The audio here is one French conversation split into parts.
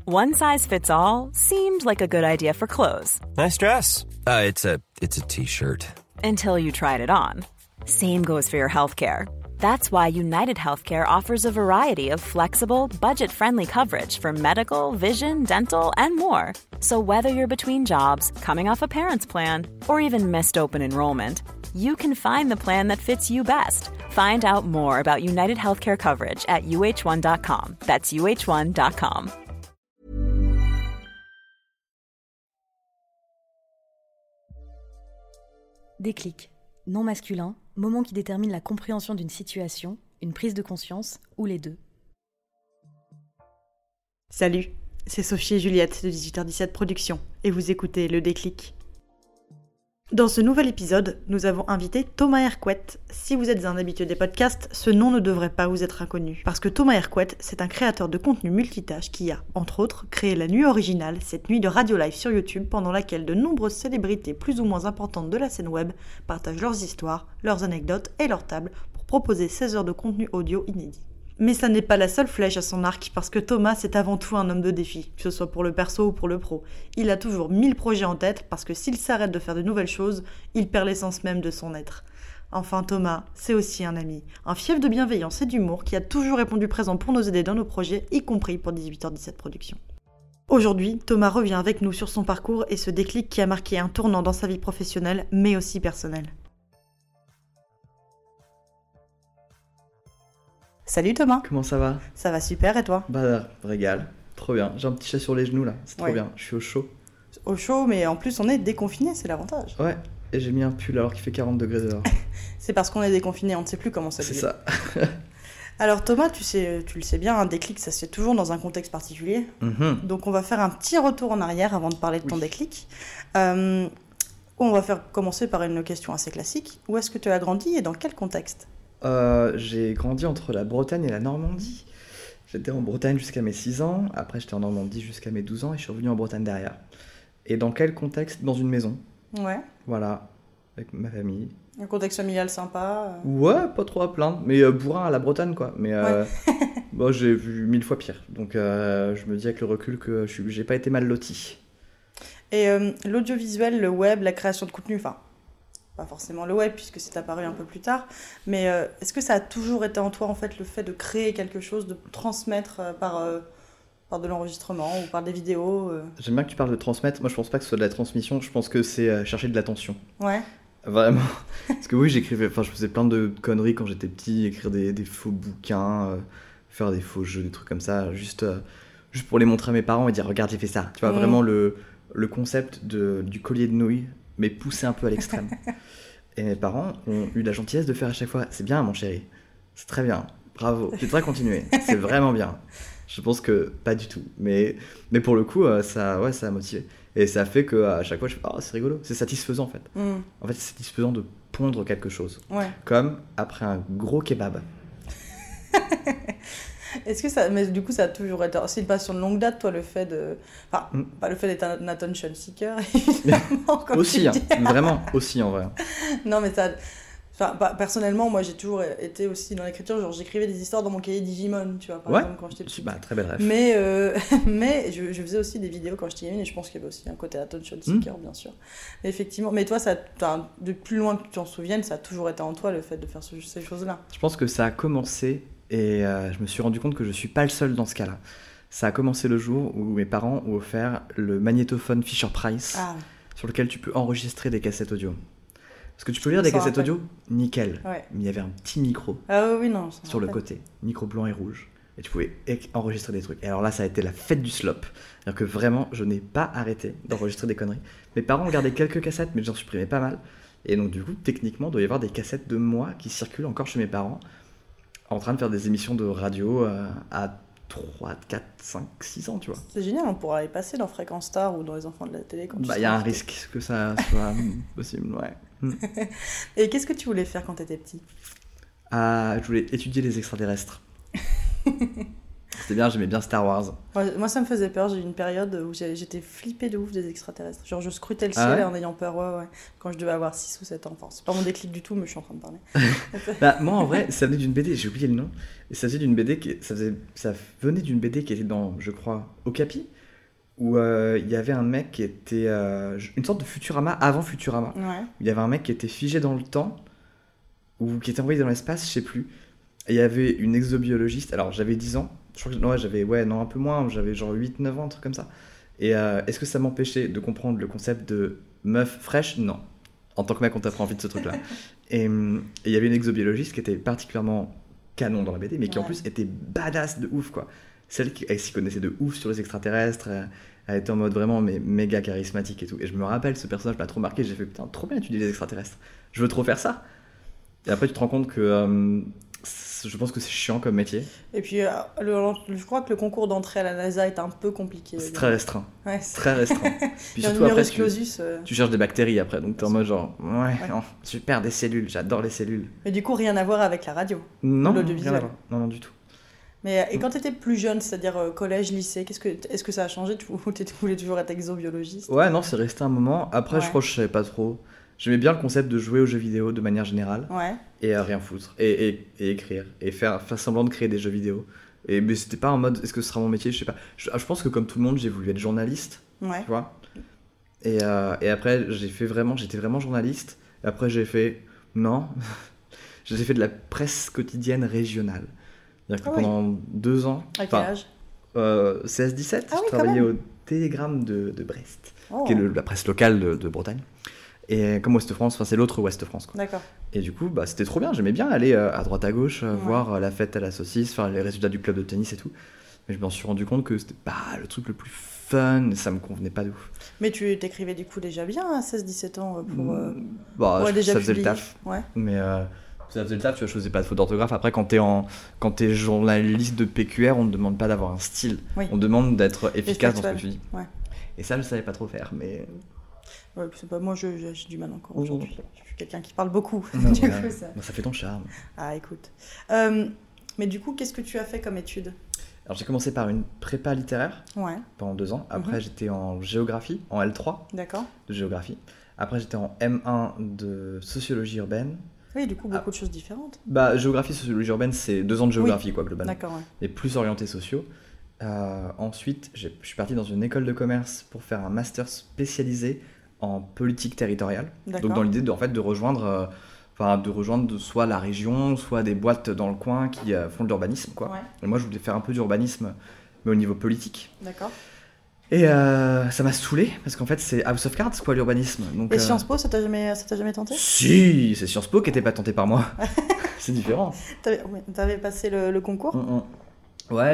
One size fits all seemed like a good idea for clothes. Nice dress. It's a t-shirt. Until you tried it on. Same goes for your healthcare. That's why United Healthcare offers a variety of flexible, budget-friendly coverage for medical, vision, dental, and more. So whether you're between jobs, coming off a parent's plan, or even missed open enrollment, you can find the plan that fits you best. Find out more about United Healthcare coverage at uh1.com. That's uh1.com. Déclic. Nom masculin, moment qui détermine la compréhension d'une situation, une prise de conscience ou les deux. Salut, c'est Sophie et Juliette de 18h17 Productions et vous écoutez Le Déclic. Dans ce nouvel épisode, nous avons invité Thomas Hercouet. Si vous êtes un habitué des podcasts, ce nom ne devrait pas vous être inconnu. Parce que Thomas Hercouet, c'est un créateur de contenu multitâche qui a, entre autres, créé la Nuit Originale, cette nuit de radio live sur YouTube pendant laquelle de nombreuses célébrités plus ou moins importantes de la scène web partagent leurs histoires, leurs anecdotes et leurs tables pour proposer 16 heures de contenu audio inédit. Mais ça n'est pas la seule flèche à son arc, parce que Thomas, c'est avant tout un homme de défi, que ce soit pour le perso ou pour le pro. Il a toujours 1000 projets en tête, parce que s'il s'arrête de faire de nouvelles choses, il perd l'essence même de son être. Enfin, Thomas, c'est aussi un ami, un fief de bienveillance et d'humour qui a toujours répondu présent pour nous aider dans nos projets, y compris pour 18h17 Productions. Aujourd'hui, Thomas revient avec nous sur son parcours et ce déclic qui a marqué un tournant dans sa vie professionnelle, mais aussi personnelle. Salut Thomas. Comment ça va? Ça va super et toi? Bah, régal. Trop bien. J'ai un petit chat sur les genoux là. C'est trop bien. Je suis au chaud. Au chaud, mais en plus on est déconfiné, c'est l'avantage. Ouais. Et j'ai mis un pull alors qu'il fait 40 degrés dehors. C'est parce qu'on est déconfiné, on ne sait plus comment ça. C'est ça. Alors Thomas, tu le sais bien, un déclic ça se fait toujours dans un contexte particulier. Mm-hmm. Donc on va faire un petit retour en arrière avant de parler de ton déclic. On va commencer par une question assez classique. Où est-ce que tu as grandi et dans quel contexte? J'ai grandi entre la Bretagne et la Normandie. J'étais en Bretagne jusqu'à mes 6 ans, après j'étais en Normandie jusqu'à mes 12 ans et je suis revenu en Bretagne derrière. Et dans quel contexte? Dans une maison. Ouais. Voilà, avec ma famille. Un contexte familial sympa. Ouais, pas trop à plaindre, mais bourrin à la Bretagne quoi. Mais ouais. Bon, j'ai vu 1000 fois pire, donc je me dis avec le recul que j'ai pas été mal loti. Et l'audiovisuel, le web, la création de contenu, enfin... pas forcément le web puisque c'est apparu un peu plus tard, mais est-ce que ça a toujours été en toi en fait le fait de créer quelque chose, de transmettre par de l'enregistrement ou par des vidéos J'aime bien que tu parles de transmettre. Moi je pense pas que ce soit de la transmission, je pense que c'est chercher de l'attention. Ouais. Vraiment. Parce que oui, je faisais plein de conneries quand j'étais petit, écrire des faux bouquins, faire des faux jeux, des trucs comme ça, juste pour les montrer à mes parents et dire regarde j'ai fait ça. Tu vois, vraiment le concept du collier de nouilles, mais poussé un peu à l'extrême. Et mes parents ont eu la gentillesse de faire à chaque fois « C'est bien, mon chéri. C'est très bien. Bravo. Tu devrais continuer. C'est vraiment bien. » Je pense que pas du tout. Mais pour le coup, ça a motivé. Et ça fait qu'à chaque fois, je fais « Oh, c'est rigolo. » C'est satisfaisant, en fait. En fait, c'est satisfaisant de pondre quelque chose. Ouais. Comme après un gros kebab. Est-ce que ça... Mais du coup, ça a toujours été... C'est une passion de longue date, toi, le fait de... Enfin, pas le fait d'être un attention seeker, évidemment, comme aussi, tu dis. Vraiment, aussi, en vrai. Non, mais ça... Enfin, personnellement, moi, j'ai toujours été aussi dans l'écriture. Genre, j'écrivais des histoires dans mon cahier Digimon, tu vois, par exemple, quand j'étais petite. Bah, très belle rêve. Mais je faisais aussi des vidéos quand j'étais gamine, et je pense qu'il y avait aussi un côté attention seeker, bien sûr. Mais effectivement, mais toi, de plus loin que tu t'en souviennes, ça a toujours été en toi, le fait de faire ces choses-là. Je pense que ça a commencé... Et je me suis rendu compte que je suis pas le seul dans ce cas-là. Ça a commencé le jour où mes parents ont offert le magnétophone Fisher-Price, sur lequel tu peux enregistrer des cassettes audio. Parce que tu peux lire des cassettes audio, nickel. Ouais. Mais il y avait un petit micro sur le côté, micro blanc et rouge. Et tu pouvais enregistrer des trucs. Et alors là, ça a été la fête du slop. C'est-à-dire que vraiment, je n'ai pas arrêté d'enregistrer des conneries. Mes parents ont gardé quelques cassettes, mais j'en supprimais pas mal. Et donc du coup, techniquement, il doit y avoir des cassettes de moi qui circulent encore chez mes parents, en train de faire des émissions de radio à 3, 4, 5, 6 ans, tu vois. C'est génial, on pourra les passer dans Fréquence Star ou dans Les Enfants de la télé. Bah, il y a un risque que ça soit possible, ouais. Et qu'est-ce que tu voulais faire quand t'étais petit? Je voulais étudier les extraterrestres. C'était bien, j'aimais bien Star Wars. Moi, ça me faisait peur. J'ai eu une période où j'étais flippée de ouf des extraterrestres. Genre, je scrutais le ciel en ayant peur, ouais. Quand je devais avoir 6 ou 7 ans. Enfin, c'est pas mon déclic du tout, mais je suis en train de parler. Bah, moi, en vrai, ça venait d'une BD, j'ai oublié le nom. Et ça venait d'une BD ça venait d'une BD qui était dans, je crois, Okapi, où il y avait un mec qui était une sorte de Futurama avant Futurama. Ouais. Il y avait un mec qui était figé dans le temps, ou qui était envoyé dans l'espace, je sais plus. Et il y avait une exobiologiste, alors j'avais 10 ans, je crois que un peu moins, j'avais genre 8-9 ans, un truc comme ça. Et est-ce que ça m'empêchait de comprendre le concept de meuf fraîche ? Non. En tant que mec, on t'apprend vite ce truc-là. Et il y avait une exobiologiste qui était particulièrement canon dans la BD, mais qui en plus était badass de ouf, quoi. Celle qui s'y connaissait de ouf sur les extraterrestres, elle était en mode vraiment méga charismatique et tout. Et je me rappelle, ce personnage m'a trop marqué, j'ai fait putain, trop bien étudier les extraterrestres. Je veux trop faire ça. Et après, tu te rends compte que je pense que c'est chiant comme métier. Et puis, je crois que le concours d'entrée à la NASA est un peu compliqué. C'est très restreint. Ouais, très restreint. Puis surtout après, tu cherches des bactéries après, donc t'es en mode genre, non, super, des cellules, j'adore les cellules. Mais du coup, rien à voir avec la radio. Non, l'audiovisuel. Non, du tout. Mais et quand t'étais plus jeune, c'est-à-dire collège, lycée, est-ce que ça a changé ou tu voulais toujours être exobiologiste ? Ouais, non, c'est resté un moment. Après, je crois que je savais pas trop. J'aimais bien le concept de jouer aux jeux vidéo de manière générale. Ouais. Et rien foutre. Et écrire. Et faire semblant de créer des jeux vidéo. Mais c'était pas en mode, est-ce que ce sera mon métier ? Je sais pas. Je pense que comme tout le monde, j'ai voulu être journaliste. Ouais. Tu vois ? Et après, j'étais vraiment journaliste. Et après, j'ai fait, non. J'ai fait de la presse quotidienne régionale. C'est-à-dire que pendant 2 ans. À quel âge ? 16-17, je travaillais au Télégramme de Brest, qui est la presse locale de Bretagne. Et comme Ouest-France, c'est l'autre Ouest-France, quoi. D'accord. Et du coup, c'était trop bien. J'aimais bien aller à droite à gauche, voir la fête à la saucisse, les résultats du club de tennis et tout. Mais je m'en suis rendu compte que c'était pas le truc le plus fun, ça me convenait pas de ouf. Mais tu t'écrivais du coup déjà bien à 16-17 ans ça faisait le taf. Ouais. Mais ça faisait le taf, tu vois, je faisais pas de faute d'orthographe. Après, quand t'es journaliste de PQR, on ne demande pas d'avoir un style. Oui. On demande d'être efficace dans ce que tu dis. Ouais. Et ça, je savais pas trop faire, mais... Ouais, c'est pas moi, j'ai du mal encore aujourd'hui. Je suis quelqu'un qui parle beaucoup. Non, du coup, ça fait ton charme. Ah, écoute. Mais du coup, qu'est-ce que tu as fait comme études ? Alors, j'ai commencé par une prépa littéraire pendant 2 ans. Après, j'étais en géographie, en L3 de géographie. Après, j'étais en M1 de sociologie urbaine. Oui, du coup, beaucoup de choses différentes. Géographie, sociologie urbaine, c'est 2 ans de géographie, globalement. D'accord, ouais. Et plus orienté sociaux. Ensuite, je suis parti dans une école de commerce pour faire un master spécialisé en politique territoriale. Donc dans l'idée de rejoindre soit la région, soit des boîtes dans le coin qui font de l'urbanisme, quoi. Ouais. Et moi je voulais faire un peu d'urbanisme, mais au niveau politique. D'accord. Et ça m'a saoulé, parce qu'en fait c'est House of Cards, quoi, l'urbanisme. Donc, et Sciences Po, ça t'a jamais tenté ? Si, c'est Sciences Po qui n'était pas tenté par moi. C'est différent. T'avais passé le concours ? Ouais,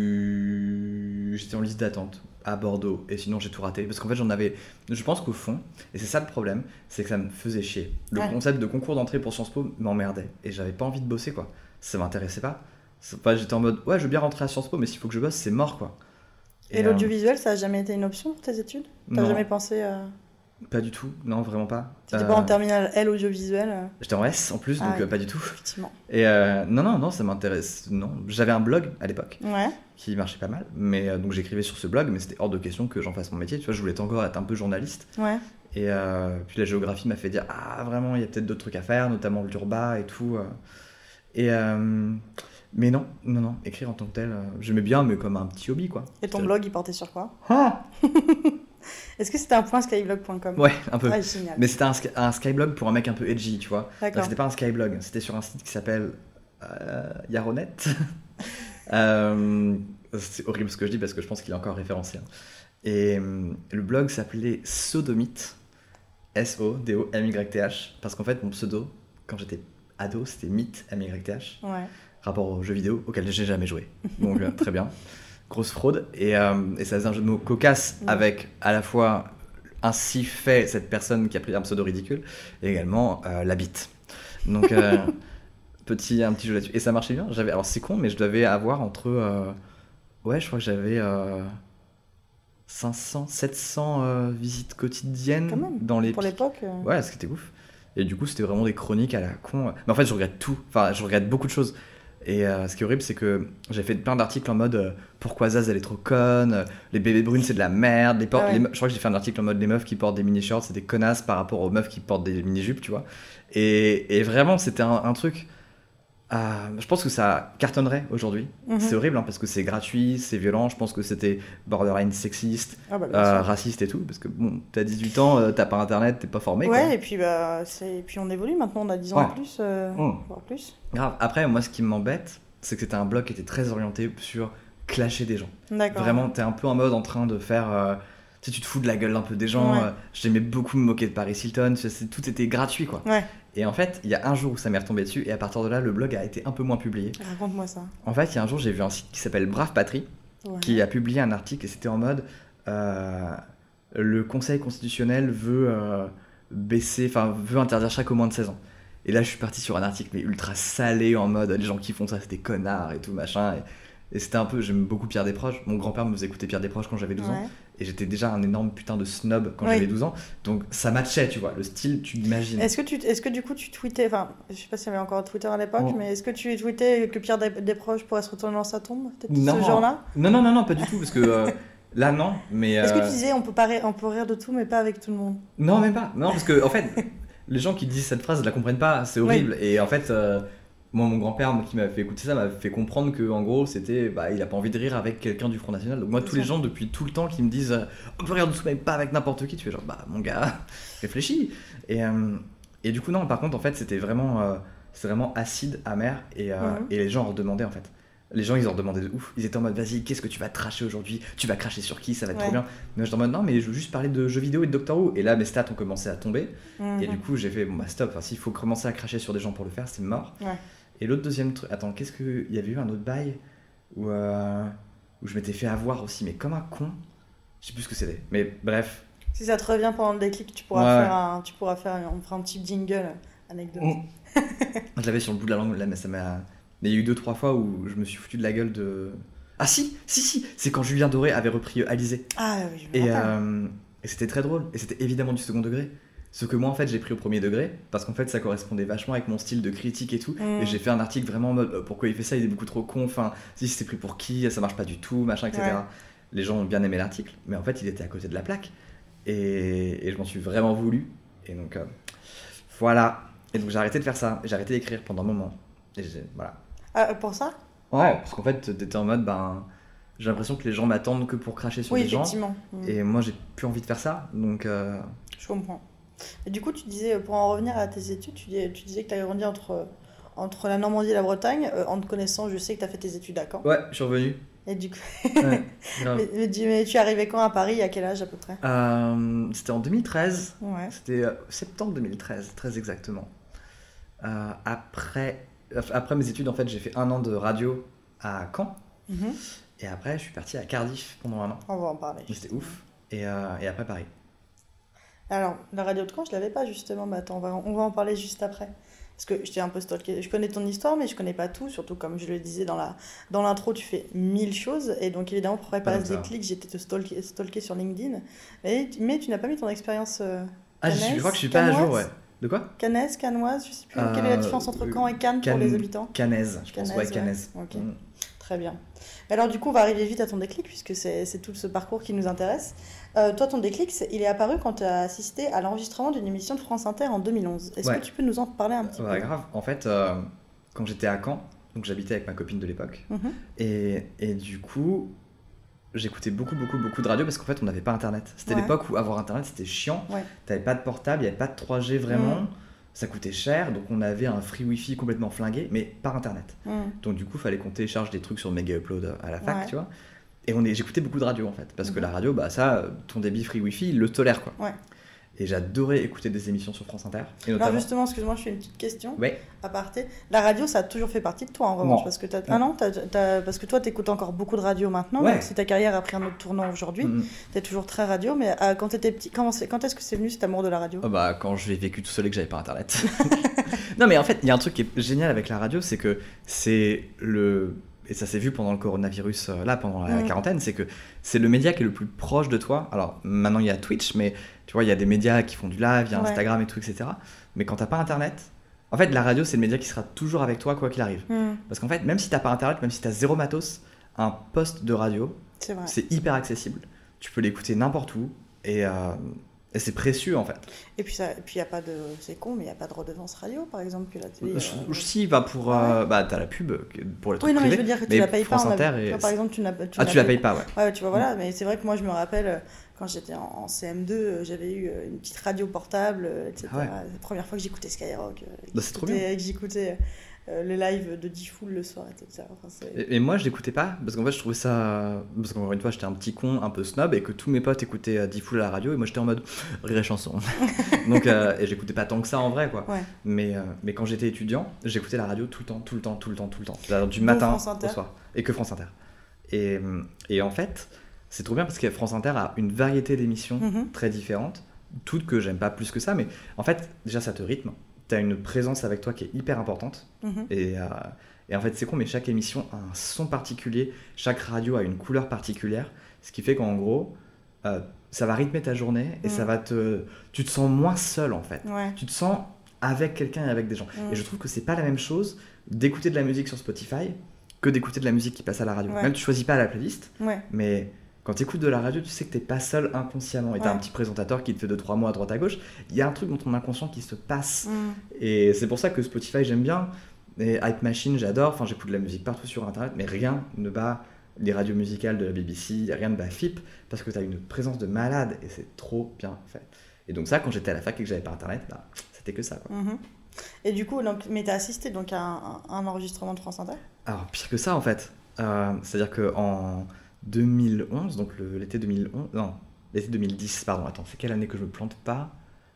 j'étais en liste d'attente à Bordeaux, et sinon j'ai tout raté, parce qu'en fait je pense qu'au fond, et c'est ça le problème, c'est que ça me faisait chier. Le concept de concours d'entrée pour Sciences Po m'emmerdait, et j'avais pas envie de bosser, quoi. Ça m'intéressait pas. J'étais en mode, je veux bien rentrer à Sciences Po, mais s'il faut que je bosse, c'est mort, quoi. Et l'audiovisuel, ça a jamais été une option pour tes études ? T'as jamais pensé à... Pas du tout, non, vraiment pas. T'étais pas en terminale L audiovisuel ? J'étais en S en plus, donc pas du tout. Effectivement. Et non, ça m'intéresse. Non, j'avais un blog à l'époque qui marchait pas mal, mais donc j'écrivais sur ce blog, mais c'était hors de question que j'en fasse mon métier. Tu vois, je voulais encore être un peu journaliste. Ouais. Et puis la géographie m'a fait dire vraiment, il y a peut-être d'autres trucs à faire, notamment l'urba et tout. Mais non, écrire en tant que tel, j'aimais bien, mais comme un petit hobby, quoi. Et ton blog, il portait sur quoi ? Est-ce que c'était un point skyblog.com ? Ouais, un peu. Génial. Mais c'était un skyblog pour un mec un peu edgy, tu vois. D'accord. C'était pas un skyblog, c'était sur un site qui s'appelle Yaronet. C'est horrible ce que je dis parce que je pense qu'il est encore référencé. Et le blog s'appelait Sodomite, SODOMYTH, parce qu'en fait mon pseudo, quand j'étais ado, c'était Mythe, MYTH. Ouais. Rapport aux jeux vidéo auxquels j'ai jamais joué. Donc très bien. Grosse fraude. Et ça faisait un jeu de mots cocasse avec à la fois ainsi fait cette personne qui a pris un pseudo ridicule et également la bite. Donc un petit jeu là-dessus. Et ça marchait bien. Alors c'est con, mais je devais avoir entre... je crois que j'avais 500, 700 visites quotidiennes quand même, dans les... Pour l'époque Ouais, ce qui était ouf. Et du coup, c'était vraiment des chroniques à la con. Mais en fait, je regrette tout. Enfin, je regrette beaucoup de choses. Et ce qui est horrible, c'est que j'ai fait plein d'articles en mode pourquoi Zaz elle est trop conne, les bébés brunes c'est de la merde, je crois que j'ai fait un article en mode les meufs qui portent des mini-shorts c'est des connasses par rapport aux meufs qui portent des mini-jupes, tu vois. Et vraiment, c'était un truc. Je pense que ça cartonnerait aujourd'hui. C'est horrible parce que c'est gratuit, c'est violent. Je pense que c'était borderline sexiste, raciste et tout. Parce que bon, t'as 18 ans, t'as pas internet, t'es pas formé. Ouais, quoi. Et puis on évolue maintenant, on a 10 ans en plus, voire plus. Grave. Après, moi, ce qui m'embête, c'est que c'était un blog qui était très orienté sur clasher des gens. D'accord. Vraiment, t'es un peu en mode en train de faire. Tu te fous de la gueule un peu des gens. J'aimais beaucoup me moquer de Paris Hilton. Tout était gratuit, quoi. Ouais. Et en fait, il y a un jour où ça m'est retombé dessus, et à partir de là, le blog a été un peu moins publié. Raconte-moi ça. En fait, il y a un jour, j'ai vu un site qui s'appelle Brave Patrie, qui a publié un article, et c'était en mode le Conseil constitutionnel veut interdire chaque au moins de 16 ans. Et là, je suis parti sur un article mais ultra salé, en mode les gens qui font ça, c'est des connards et tout machin. Et c'était un peu, j'aime beaucoup Pierre Desproges. Mon grand-père me faisait écouter Pierre Desproges quand j'avais 12 ans. Et j'étais déjà un énorme putain de snob quand j'avais 12 ans. Donc ça matchait, tu vois, le style, tu l'imagines. Est-ce que du coup tu tweetais, enfin, je sais pas s'il y avait encore Twitter à l'époque, mais est-ce que tu tweetais que Pierre Desproges pourrait se retourner dans sa tombe, peut-être ce genre-là ? Non, pas du tout, parce que là, non. Mais, est-ce que tu disais on peut rire de tout, mais pas avec tout le monde ? Non, même pas. Non, parce que en fait, les gens qui disent cette phrase ne la comprennent pas, c'est horrible. Et en fait... Moi, mon grand-père qui m'avait fait écouter ça m'avait fait comprendre que, en gros, c'était, il a pas envie de rire avec quelqu'un du Front National. Donc moi, tous les gens depuis tout le temps qui me disent, on peut rire de tout, mais pas avec n'importe qui. Tu fais genre, mon gars, réfléchis. Et du coup, non. Par contre, en fait, c'était vraiment acide, amer, et les gens en redemandaient en fait. Les gens, ils en redemandaient de ouf. Ils étaient en mode, vas-y, qu'est-ce que tu vas tracher aujourd'hui ? Tu vas cracher sur qui ? Ça va être trop bien. Mais j'étais en mode, non, mais je veux juste parler de jeux vidéo et de Doctor Who. Et là, mes stats ont commencé à tomber. Et du coup, j'ai fait, stop. Enfin, s'il faut commencer à cracher sur des gens pour le faire, c'est mort. Et l'autre deuxième truc... Attends, qu'est-ce que... Il y avait eu un autre bail où je m'étais fait avoir aussi, mais comme un con. Je sais plus ce que c'était. Mais bref. Si ça te revient pendant le déclic, tu pourras faire on fera un petit jingle anecdote. Je l'avais sur le bout de la langue, là, mais ça m'a... Mais il y a eu 2-3 fois où je me suis foutu de la gueule de... Ah si, c'est quand Julien Doré avait repris Alizé. Ah oui, je me rappelle. Et c'était très drôle, et c'était évidemment du second degré. Ce que moi, en fait, j'ai pris au premier degré, parce qu'en fait, ça correspondait vachement avec mon style de critique et tout. Et j'ai fait un article vraiment en mode pourquoi il fait ça, il est beaucoup trop con, enfin, si c'est pris pour qui, ça marche pas du tout, machin, etc. Les gens ont bien aimé l'article, mais en fait, il était à côté de la plaque. Et je m'en suis vraiment voulu. Et donc, voilà. Et donc, j'ai arrêté de faire ça. J'ai arrêté d'écrire pendant un moment. Et voilà. Pour ça ? Ouais, parce qu'en fait, t'étais en mode, j'ai l'impression que les gens m'attendent que pour cracher sur des gens. Et moi, j'ai plus envie de faire ça. Donc. Je comprends. Et du coup, tu disais, pour en revenir à tes études, tu disais que tu avais grandi entre la Normandie et la Bretagne. En te connaissant, je sais que tu as fait tes études à Caen. Ouais, je suis revenu. Et du coup... mais tu es arrivé quand à Paris ? À quel âge à peu près ? C'était en 2013. Ouais. C'était septembre 2013, très exactement. Après mes études, en fait, j'ai fait 1 an de radio à Caen. Et après, je suis parti à Cardiff pendant 1 an. On va en parler. C'était ouf. Et après, Paris. Alors, la radio de Caen, je l'avais pas justement, mais attends, on va en parler juste après. Parce que je t'ai un peu stalké. Je connais ton histoire, mais je connais pas tout. Surtout, comme je le disais dans l'intro, tu fais 1000 choses. Et donc, évidemment, pour préparer ce déclic, j'étais te stalker sur LinkedIn. Mais tu n'as pas mis ton expérience cannaise, je crois que je suis pas à jour, ouais. De quoi ? Cannaise, cannoise, je sais plus. Quelle est la différence entre Caen et Cannes pour les habitants ? Cannaise, je pense. Ouais, cannaise. Ok, très bien. Alors du coup, on va arriver vite à ton déclic, puisque c'est tout ce parcours qui nous intéresse. Toi, ton déclic, il est apparu quand tu as assisté à l'enregistrement d'une émission de France Inter en 2011. Est-ce que tu peux nous en parler un petit peu ? Grave. En fait, quand j'étais à Caen, donc j'habitais avec ma copine de l'époque, et du coup, j'écoutais beaucoup de radio parce qu'en fait, on n'avait pas Internet. C'était l'époque où avoir Internet, c'était chiant. T'avais pas de portable, il n'y avait pas de 3G vraiment. Ça coûtait cher, donc on avait un free wifi complètement flingué, mais par internet. Donc du coup, il fallait qu'on télécharge des trucs sur Mega Upload à la fac, tu vois. Et j'écoutais beaucoup de radio en fait, parce que la radio, ton débit free wifi, il le tolère quoi. Et j'adorais écouter des émissions sur France Inter. Et notamment... Alors justement, excuse-moi, je fais une petite question. À parté. La radio, ça a toujours fait partie de toi en revanche, parce que parce que toi, t'écoutes encore beaucoup de radio maintenant. Donc si ta carrière a pris un autre tournant aujourd'hui, t'es toujours très radio. Mais quand t'étais petit, quand est-ce que c'est venu cet amour de la radio ? Quand j'ai vécu tout seul et que j'avais pas Internet. Non, mais en fait, il y a un truc qui est génial avec la radio, c'est que et ça s'est vu pendant le coronavirus, pendant la quarantaine, c'est que c'est le média qui est le plus proche de toi. Alors maintenant il y a Twitch, mais tu vois, il y a des médias qui font du live, il y a Instagram et tout, etc. Mais quand t'as pas Internet, En fait, la radio, c'est le média qui sera toujours avec toi, quoi qu'il arrive. Parce qu'en fait, même si t'as pas internet, même si t'as zéro matos, un poste de radio, c'est hyper accessible. Tu peux l'écouter n'importe où et c'est précieux, en fait. Et puis, y a pas de... C'est con, mais il n'y a pas de redevance radio, par exemple, que la télé... Si, t'as la pub pour les trucs privés. Oui, non, mais je veux dire que tu la payes pas. Par exemple, tu la payes pas, ouais. Ouais, tu vois, voilà. Mais c'est vrai que moi, je me rappelle, quand j'étais en CM2, j'avais eu une petite radio portable, etc. Ah ouais. La première fois que j'écoutais Skyrock, c'est trop bien. que j'écoutais le live de D-Fool le soir, etc. Et moi, je l'écoutais pas, parce qu'en fait, je trouvais ça... Parce qu'encore une fois, j'étais un petit con, un peu snob, et que tous mes potes écoutaient D-Fool à la radio, et moi, j'étais en mode rire et chanson. Donc, et j'écoutais pas tant que ça, en vrai, quoi. Ouais. Mais quand j'étais étudiant, j'écoutais la radio tout le temps. C'est-à-dire du matin au soir. Et que France Inter. Et en fait, c'est trop bien, parce que France Inter a une variété d'émissions très différentes, toutes que j'aime pas plus que ça, mais en fait, déjà, ça te rythme. T'as une présence avec toi qui est hyper importante. Et en fait, c'est con, mais chaque émission a un son particulier, chaque radio a une couleur particulière, ce qui fait qu'en gros, ça va rythmer ta journée et tu te sens moins seul, en fait. Ouais. Tu te sens avec quelqu'un et avec des gens. Et je trouve que c'est pas la même chose d'écouter de la musique sur Spotify que d'écouter de la musique qui passe à la radio. Même tu choisis pas la playlist, mais... Quand tu écoutes de la radio, tu sais que t'es pas seul inconsciemment. Et t'as un petit présentateur qui te fait 2-3 mots à droite à gauche. Il y a un truc dans ton inconscient qui se passe. Et c'est pour ça que Spotify, j'aime bien. Et Hype Machine, j'adore. Enfin, j'écoute de la musique partout sur Internet. Mais rien ne bat les radios musicales de la BBC. Rien ne bat FIP. Parce que t'as une présence de malade. Et c'est trop bien fait. Et donc ça, quand j'étais à la fac et que j'avais pas Internet, c'était que ça, quoi. Et du coup, mais t'as assisté donc, à un enregistrement de France Inter ? Alors, pire que ça, en fait. C'est-à-dire qu'en 2011, donc l'été 2011, non, l'été 2010, pardon, attends, c'est quelle année que je me plante pas ?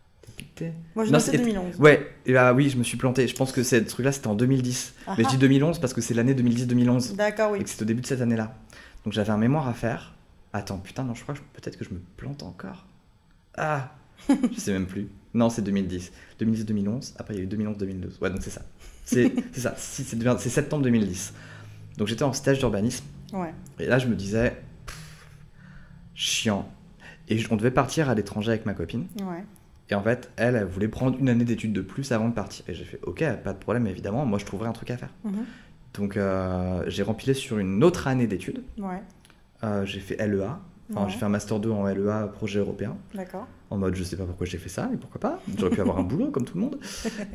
Moi je notais 2011. Ouais, et oui, je me suis planté, je pense que ce truc-là c'était en 2010, mais je dis 2011 parce que c'est l'année 2010-2011. D'accord, oui. Et que c'est au début de cette année-là. Donc j'avais un mémoire à faire. Attends, putain, non, je crois que peut-être que je me plante encore. Ah, je sais même plus. Non, c'est 2010. 2010-2011, après il y a eu 2011-2012. Ouais, donc c'est ça. C'est ça, c'est septembre 2010. Donc j'étais en stage d'urbanisme. Ouais. Et là, je me disais, chiant. Et on devait partir à l'étranger avec ma copine. Ouais. Et en fait, elle voulait prendre une année d'études de plus avant de partir. Et j'ai fait, ok, pas de problème, évidemment, moi je trouverai un truc à faire. Donc j'ai rempilé sur une autre année d'études. Ouais. J'ai fait LEA. Enfin, j'ai fait un Master 2 en LEA, projet européen. D'accord. En mode, je sais pas pourquoi j'ai fait ça, mais pourquoi pas. J'aurais pu avoir un boulot comme tout le monde.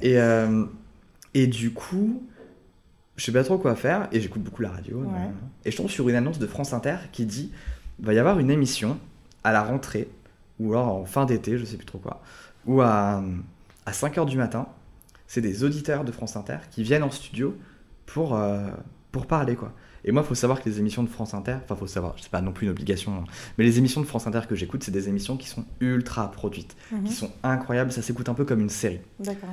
Et du coup... Je sais pas trop quoi faire et j'écoute beaucoup la radio. Ouais. Et je tombe sur une annonce de France Inter qui dit il va y avoir une émission à la rentrée ou alors en fin d'été, je sais plus trop quoi, ou à 5h du matin, c'est des auditeurs de France Inter qui viennent en studio pour parler, quoi. Et moi, il faut savoir que les émissions de France Inter, enfin, faut savoir, c'est pas non plus une obligation, hein, mais les émissions de France Inter que j'écoute, c'est des émissions qui sont ultra produites, qui sont incroyables, ça s'écoute un peu comme une série. D'accord.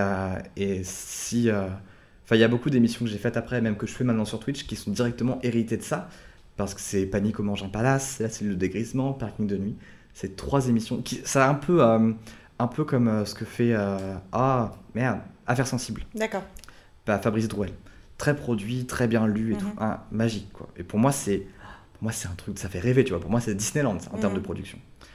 Et si... Enfin, il y a beaucoup d'émissions que j'ai faites après, même que je fais maintenant sur Twitch, qui sont directement héritées de ça, parce que c'est Panique au Mange un Palace, là c'est le dégrisement, Parking de nuit. C'est 3 émissions qui, ça un peu comme ce que fait Affaires sensibles. D'accord. Fabrice Drouel, très produit, très bien lu et tout, magique, quoi. Et pour moi c'est un truc, ça fait rêver, tu vois. Pour moi c'est Disneyland en termes de production.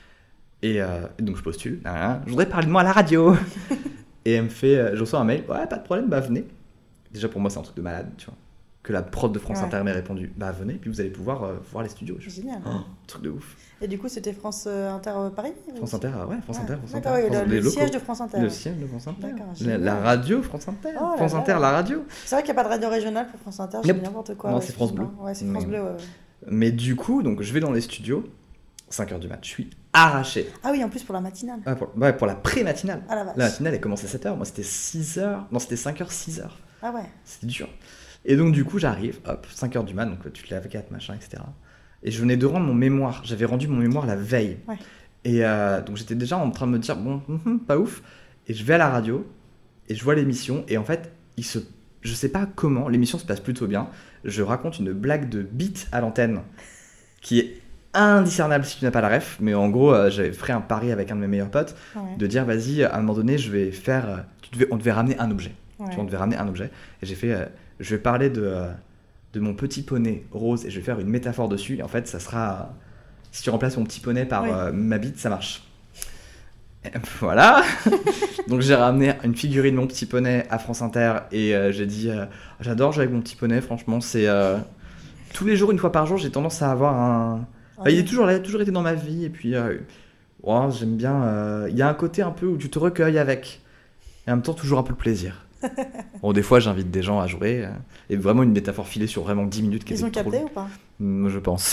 Et donc je postule, je voudrais parler de moi à la radio. Et elle me fait, je reçois un mail, ouais, pas de problème, venez. Déjà pour moi c'est un truc de malade, tu vois, que la prod de France Inter m'ait répondu, venez, puis vous allez pouvoir voir les studios. Génial. Truc de ouf. Et du coup c'était France Inter Paris France Inter, ouais, France Inter. D'accord, oui, le siège de France Inter. Le siège de France Inter. D'accord, la radio France Inter. France Inter, la radio. C'est vrai qu'il n'y a pas de radio régionale pour France Inter, je dis n'importe quoi. Non, c'est France Bleu. Ouais, c'est France Bleu, ouais. Mais du coup, donc je vais dans les studios, 5h du mat, je suis arraché. Ah oui, en plus pour la matinale. Pour la pré-matinale. Ah la vache. La matinale, elle commence à 7h, moi c'était 6h, non c'était 5h, 6h. Ah ouais. C'était dur. Et donc du coup j'arrive, 5h du mat, donc tu te lèves à 4, machin, etc. Et je venais de rendre mon mémoire, j'avais rendu mon mémoire la veille. Ouais. Et donc j'étais déjà en train de me dire, bon, pas ouf. Et je vais à la radio, et je vois l'émission, et en fait, je sais pas comment, l'émission se passe plutôt bien. Je raconte une blague de beat à l'antenne, qui est indiscernable si tu n'as pas la ref, mais en gros, j'avais fait un pari avec un de mes meilleurs potes, de dire, vas-y, à un moment donné, je vais faire... on devait ramener un objet. Ouais. On devait ramener un objet. Et j'ai fait, je vais parler de mon petit poney rose et je vais faire une métaphore dessus. Et en fait, ça sera, si tu remplaces mon petit poney par ma bite, ça marche. Voilà. Donc j'ai ramené une figurine de mon petit poney à France Inter et j'ai dit j'adore jouer avec mon petit poney, franchement c'est tous les jours, une fois par jour, j'ai tendance à avoir un... il est toujours là, il a toujours été dans ma vie et puis j'aime bien, il y a un côté un peu où tu te recueilles avec et en même temps toujours un peu le plaisir. Bon, des fois j'invite des gens à jouer et vraiment une métaphore filée sur vraiment 10 minutes. Ils ont capté ou pas? Je pense.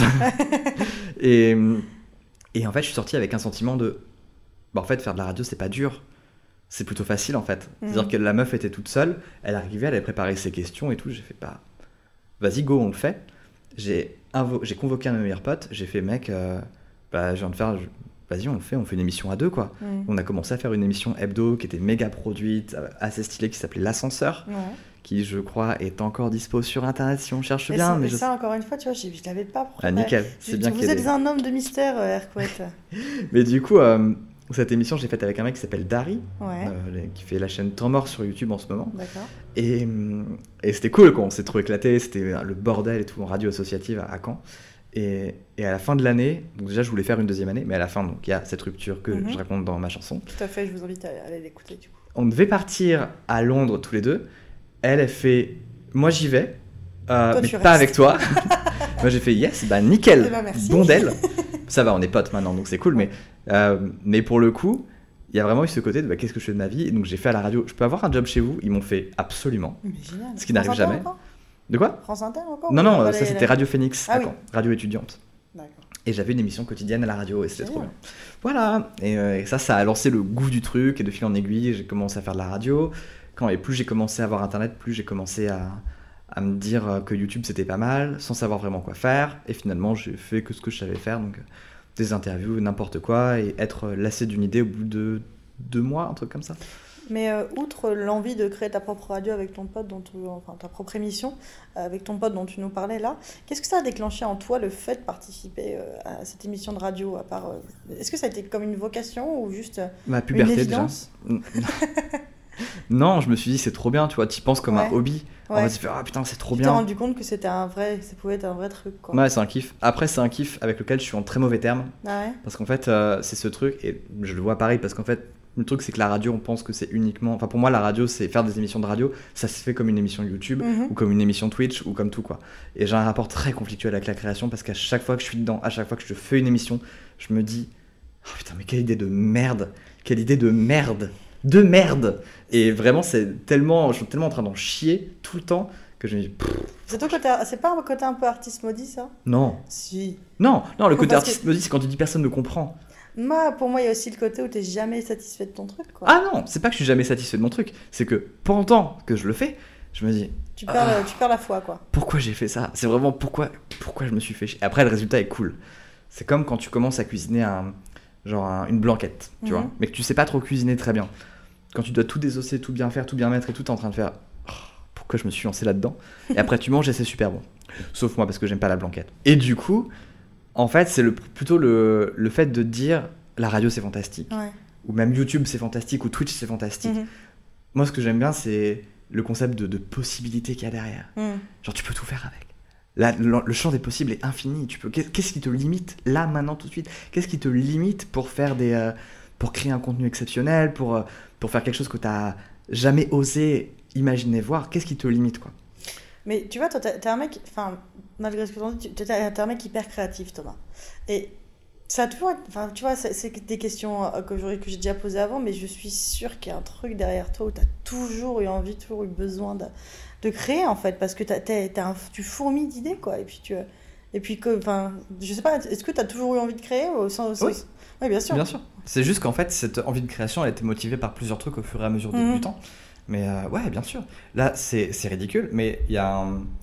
et en fait je suis sorti avec un sentiment de... en fait, faire de la radio, c'est pas dur. C'est plutôt facile, en fait. C'est-à-dire que la meuf était toute seule, elle arrivait, elle avait préparé ses questions et tout. J'ai fait, vas-y, go, on le fait. J'ai convoqué un de mes meilleurs potes, j'ai fait, mec, je viens de faire... Vas-y, on le fait, on fait une émission à deux, quoi. On a commencé à faire une émission hebdo qui était méga produite, assez stylée, qui s'appelait L'Ascenseur, qui, je crois, est encore dispo sur Internet si on cherche bien. Mais ça, encore une fois, tu vois, je l'avais pas... nickel, c'est bien Vous êtes un homme de mystère, Erquet. Mais du coup... cette émission, j'ai faite avec un mec qui s'appelle Dari, qui fait la chaîne Temps Mort sur YouTube en ce moment. D'accord. Et c'était cool, quoi. On s'est trop éclaté, c'était le bordel et tout en radio associative à Caen. Et à la fin de l'année, donc déjà je voulais faire une deuxième année, mais à la fin, donc il y a cette rupture que je raconte dans ma chanson. Tout à fait, je vous invite à aller l'écouter du coup. On devait partir à Londres tous les deux. Elle fait, moi j'y vais, mais pas avec toi. Moi j'ai fait yes, nickel, bon d'elle. Ça va, on est potes maintenant, donc c'est cool, mais pour le coup, il y a vraiment eu ce côté de qu'est-ce que je fais de ma vie. Et donc j'ai fait à la radio, je peux avoir un job chez vous? Ils m'ont fait absolument. Mais génial. Ce qui n'arrive jamais. Encore de quoi? France Inter encore? Non, ça c'était Radio Phoenix, radio étudiante. D'accord. Et j'avais une émission quotidienne à la radio et c'était trop bien. Voilà, et ça a lancé le goût du truc et de fil en aiguille, j'ai commencé à faire de la radio. Et plus j'ai commencé à avoir Internet, plus j'ai commencé à me dire que YouTube c'était pas mal, sans savoir vraiment quoi faire. Et finalement, j'ai fait que ce que je savais faire, donc des interviews, n'importe quoi, et être lassé d'une idée au bout de 2 mois, un truc comme ça. Mais outre l'envie de créer ta propre radio avec ton pote, ta propre émission avec ton pote dont tu nous parlais là, qu'est-ce que ça a déclenché en toi le fait de participer à cette émission de radio à part, est-ce que ça a été comme une vocation ou juste ma puberté, une évidence déjà. Non, je me suis dit c'est trop bien, tu vois, tu y penses comme un hobby. Ouais. On va se faire putain, c'est trop bien. Tu t'es rendu compte que ça pouvait être un vrai truc, quoi. Ouais, c'est un kiff. Après, c'est un kiff avec lequel je suis en très mauvais termes. Ah ouais. Parce qu'en fait, c'est ce truc, et je le vois pareil, parce qu'en fait, le truc, c'est que la radio, on pense que c'est uniquement... Enfin, pour moi, la radio, c'est faire des émissions de radio, ça se fait comme une émission YouTube, ou comme une émission Twitch, ou comme tout, quoi. Et j'ai un rapport très conflictuel avec la création, parce qu'à chaque fois que je suis dedans, à chaque fois que je fais une émission, je me dis, oh putain, mais quelle idée de merde. Quelle idée de merde. De merde. Et vraiment, je suis tellement en train d'en chier tout le temps que je me dis... C'est pas un côté un peu artiste maudit, ça? Non. Si. Non, le côté artiste maudit, c'est quand tu dis personne ne comprend. Pour moi, il y a aussi le côté où t'es jamais satisfait de ton truc, quoi. Ah non, c'est pas que je suis jamais satisfait de mon truc, c'est que pendant que je le fais, je me dis... Tu perds la foi, quoi. Pourquoi j'ai fait ça? C'est vraiment pourquoi je me suis fait chier. Après, le résultat est cool. C'est comme quand tu commences à cuisiner une blanquette, tu vois, mais que tu sais pas trop cuisiner très bien. Quand tu dois tout désosser, tout bien faire, tout bien mettre et tout, t'es en train de faire pourquoi je me suis lancé là-dedans. Et après tu manges et c'est super bon. Sauf moi parce que j'aime pas la blanquette. Et du coup, en fait, c'est plutôt le fait de dire la radio c'est fantastique. Ouais. Ou même YouTube c'est fantastique, ou Twitch c'est fantastique. Moi ce que j'aime bien c'est le concept de possibilité qu'il y a derrière. Genre tu peux tout faire avec. Le champ des possibles est infini. Qu'est-ce qui te limite là, maintenant, tout de suite? Qu'est-ce qui te limite pour faire pour créer un contenu exceptionnel, pour faire quelque chose que tu n'as jamais osé imaginer voir? Qu'est-ce qui te limite, quoi? Mais tu vois, toi, t'es un mec, malgré ce que tu dis, t'es un mec hyper créatif, Thomas. Et ça a toujours été, tu vois, c'est des questions que j'ai déjà posées avant, mais je suis sûre qu'il y a un truc derrière toi où tu as toujours eu envie, toujours eu besoin de créer, en fait, parce que tu fourmilles d'idées, quoi. Et puis, je sais pas, est-ce que tu as toujours eu envie de créer Oui, bien sûr. Bien sûr. C'est juste qu'en fait, cette envie de création, elle a été motivée par plusieurs trucs au fur et à mesure du temps. Mais ouais, bien sûr. Là, c'est ridicule, mais il y a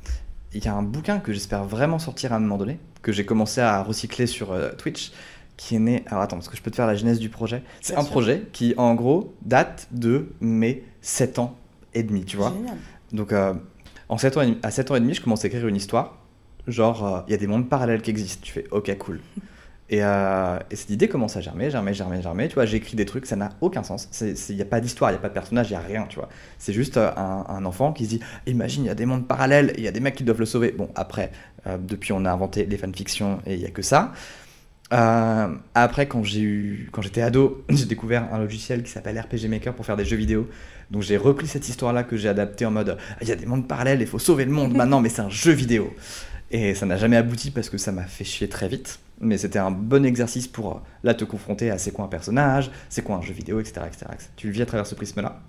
un bouquin que j'espère vraiment sortir à un moment donné, que j'ai commencé à recycler sur Twitch, qui est né... Alors attends, parce que je peux te faire la genèse du projet. C'est un projet qui, en gros, date de mes 7 ans et demi, tu vois. Génial. Donc, à 7 ans et demi, je commence à écrire une histoire. Genre, il y a des mondes parallèles qui existent. Tu fais, ok, cool. Et cette idée commence à germer. Tu vois, j'écris des trucs, ça n'a aucun sens. Il n'y a pas d'histoire, il n'y a pas de personnage, il n'y a rien, tu vois. C'est juste un enfant qui se dit, imagine, il y a des mondes parallèles, il y a des mecs qui doivent le sauver. Bon, après, depuis, on a inventé les fanfictions et il n'y a que ça. Après, quand j'étais ado, j'ai découvert un logiciel qui s'appelle RPG Maker pour faire des jeux vidéo. Donc j'ai repris cette histoire-là que j'ai adaptée en mode il y a des mondes parallèles, il faut sauver le monde maintenant, mais c'est un jeu vidéo. Et ça n'a jamais abouti parce que ça m'a fait chier très vite. Mais c'était un bon exercice pour là te confronter à c'est quoi un personnage, c'est quoi un jeu vidéo, etc., etc. Tu le vis à travers ce prisme-là.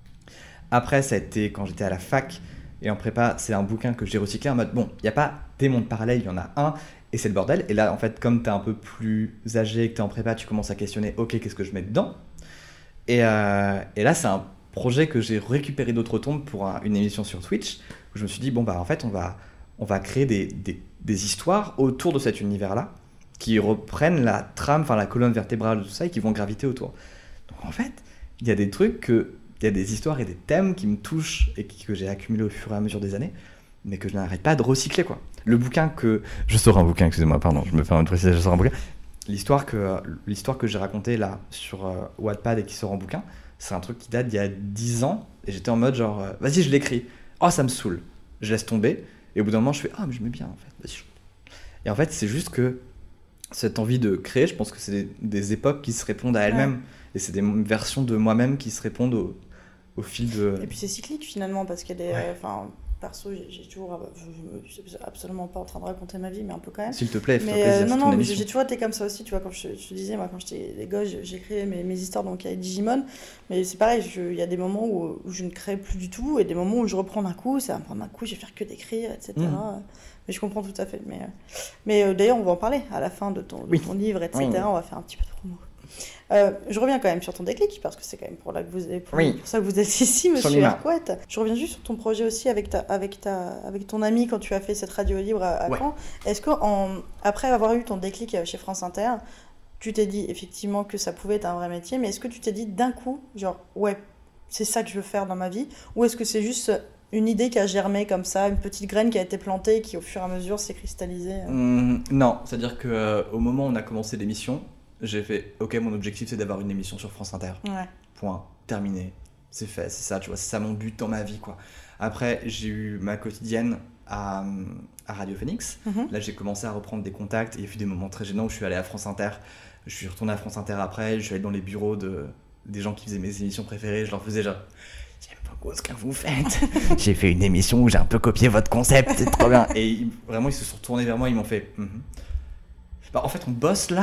Après, ça a été quand j'étais à la fac et en prépa, c'est un bouquin que j'ai recyclé en mode bon, il n'y a pas des mondes parallèles, il y en a un. Et c'est le bordel. Et là, en fait, comme t'es un peu plus âgé et que t'es en prépa, tu commences à questionner, ok, qu'est-ce que je mets dedans ? Et là, c'est un projet que j'ai récupéré d'outre-tombe pour une émission sur Twitch, où je me suis dit, bon, bah, en fait, on va créer des histoires autour de cet univers-là, qui reprennent la trame, enfin, la colonne vertébrale de tout ça, et qui vont graviter autour. Donc, en fait, il y a des trucs il y a des histoires et des thèmes qui me touchent et que j'ai accumulés au fur et à mesure des années, mais que je n'arrête pas de recycler, quoi. Le bouquin que... Je sors un bouquin, excusez-moi, pardon, je me fais un préciser, je sors un bouquin. L'histoire que j'ai racontée là, sur Wattpad et qui sort en bouquin, c'est un truc qui date d'il y a 10 ans, et j'étais en mode genre, vas-y, je l'écris. Oh, ça me saoule. Je laisse tomber, et au bout d'un moment, je fais, ah, mais je mets bien, en fait. Vas-y. Et en fait, c'est juste que cette envie de créer, je pense que c'est des époques qui se répondent à elles-mêmes, ouais. Et c'est des versions de moi-même qui se répondent au fil de... Et puis c'est cyclique, finalement, parce qu'elle est... Perso, j'ai toujours... Je suis absolument pas en train de raconter ma vie, mais un peu quand même. S'il te plaît, fais-toi plaisir. Non, mais j'ai toujours été comme ça aussi, tu vois, comme je te disais, moi, quand j'étais gosse, j'écrivais mes histoires, donc avec Digimon, mais c'est pareil, il y a des moments où je ne crée plus du tout, et des moments où je reprends d'un coup, ça va me prendre un coup, je vais faire que d'écrire, etc. Mais je comprends tout à fait. Mais d'ailleurs, on va en parler à la fin de ton livre, etc. Oui. On va faire un petit peu de promo. Je reviens quand même sur ton déclic, parce que c'est quand même pour ça que vous êtes ici, monsieur Hercouet. Je reviens juste sur ton projet aussi avec ton ami quand tu as fait cette radio libre à Caen. Est-ce qu'après avoir eu ton déclic chez France Inter, tu t'es dit effectivement que ça pouvait être un vrai métier, mais est-ce que tu t'es dit d'un coup, genre, ouais, c'est ça que je veux faire dans ma vie, ou est-ce que c'est juste une idée qui a germé comme ça, une petite graine qui a été plantée et qui au fur et à mesure s'est cristallisée Non, c'est-à-dire qu'au moment où on a commencé l'émission, j'ai fait, ok, mon objectif c'est d'avoir une émission sur France Inter. Ouais. Point, terminé. C'est fait, c'est ça, tu vois, c'est ça mon but dans ma vie, quoi. Après, j'ai eu ma quotidienne à Radio Phoenix. Là, j'ai commencé à reprendre des contacts et il y a eu des moments très gênants où je suis allé à France Inter. Je suis retourné à France Inter après, je suis allé dans les bureaux des gens qui faisaient mes émissions préférées. Je leur faisais genre, j'aime beaucoup ce que vous faites. J'ai fait une émission où j'ai un peu copié votre concept, c'est trop bien. Et vraiment, ils se sont retournés vers moi, ils m'ont fait, bah, en fait, on bosse là.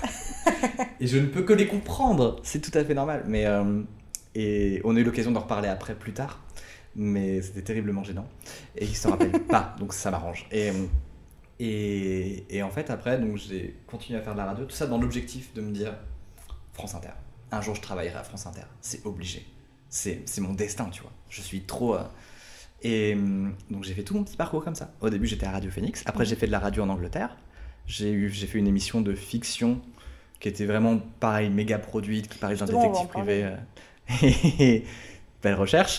Et je ne peux que les comprendre, c'est tout à fait normal. Mais et on a eu l'occasion d'en reparler après, plus tard, mais c'était terriblement gênant et ils s'en rappellent pas, donc ça m'arrange. Et en fait après, donc j'ai continué à faire de la radio, tout ça dans l'objectif de me dire France Inter. Un jour je travaillerai à France Inter, c'est obligé, c'est mon destin, tu vois. Je suis trop. Et donc j'ai fait tout mon petit parcours comme ça. Au début j'étais à Radio Phoenix, après j'ai fait de la radio en Angleterre. J'ai fait une émission de fiction qui était vraiment pareil, méga produite, qui parlait d'un détective privé. Belle recherche.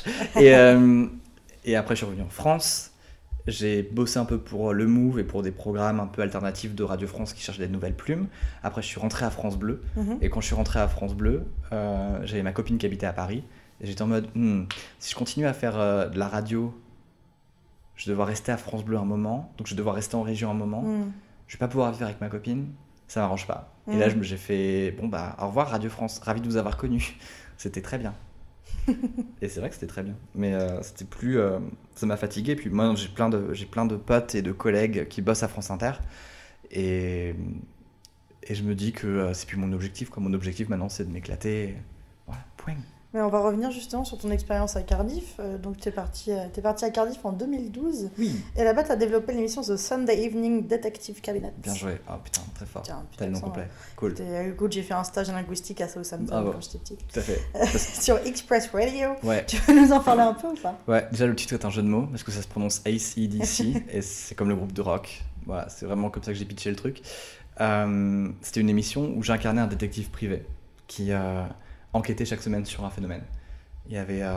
Et après, je suis revenu en France. J'ai bossé un peu pour Le Move et pour des programmes un peu alternatifs de Radio France qui cherchaient des nouvelles plumes. Après, je suis rentré à France Bleu. Et quand je suis rentré à France Bleu, j'avais ma copine qui habitait à Paris. Et j'étais en mode, si je continue à faire de la radio, je vais devoir rester à France Bleu un moment. Donc, je vais devoir rester en région un moment. Je vais pas pouvoir vivre avec ma copine. Ça m'arrange pas. Et là, j'ai fait, bon bah, au revoir Radio France, ravi de vous avoir connu. C'était très bien. Et c'est vrai que c'était très bien. Mais c'était plus, ça m'a fatigué. Puis moi, j'ai plein de potes et de collègues qui bossent à France Inter. Et je me dis que c'est plus mon objectif. Mon objectif maintenant, c'est de m'éclater. Voilà, point. Mais on va revenir justement sur ton expérience à Cardiff. Donc tu es parti à Cardiff en 2012. Oui. Et là-bas, tu as développé l'émission The Sunday Evening Detective Cabinet. Bien joué. Ah putain, très fort. T'as le nom complet. Cool. Écoute, j'ai fait un stage en linguistique à Southampton quand j'étais petite. Tout à fait. Sur Express Radio. Ouais. Tu veux nous en parler un peu ou pas ? Ouais, déjà le titre est un jeu de mots parce que ça se prononce AC/DC et c'est comme le groupe de rock. Voilà, c'est vraiment comme ça que j'ai pitché le truc. C'était une émission où j'incarnais un détective privé qui enquêtait chaque semaine sur un phénomène. Il y avait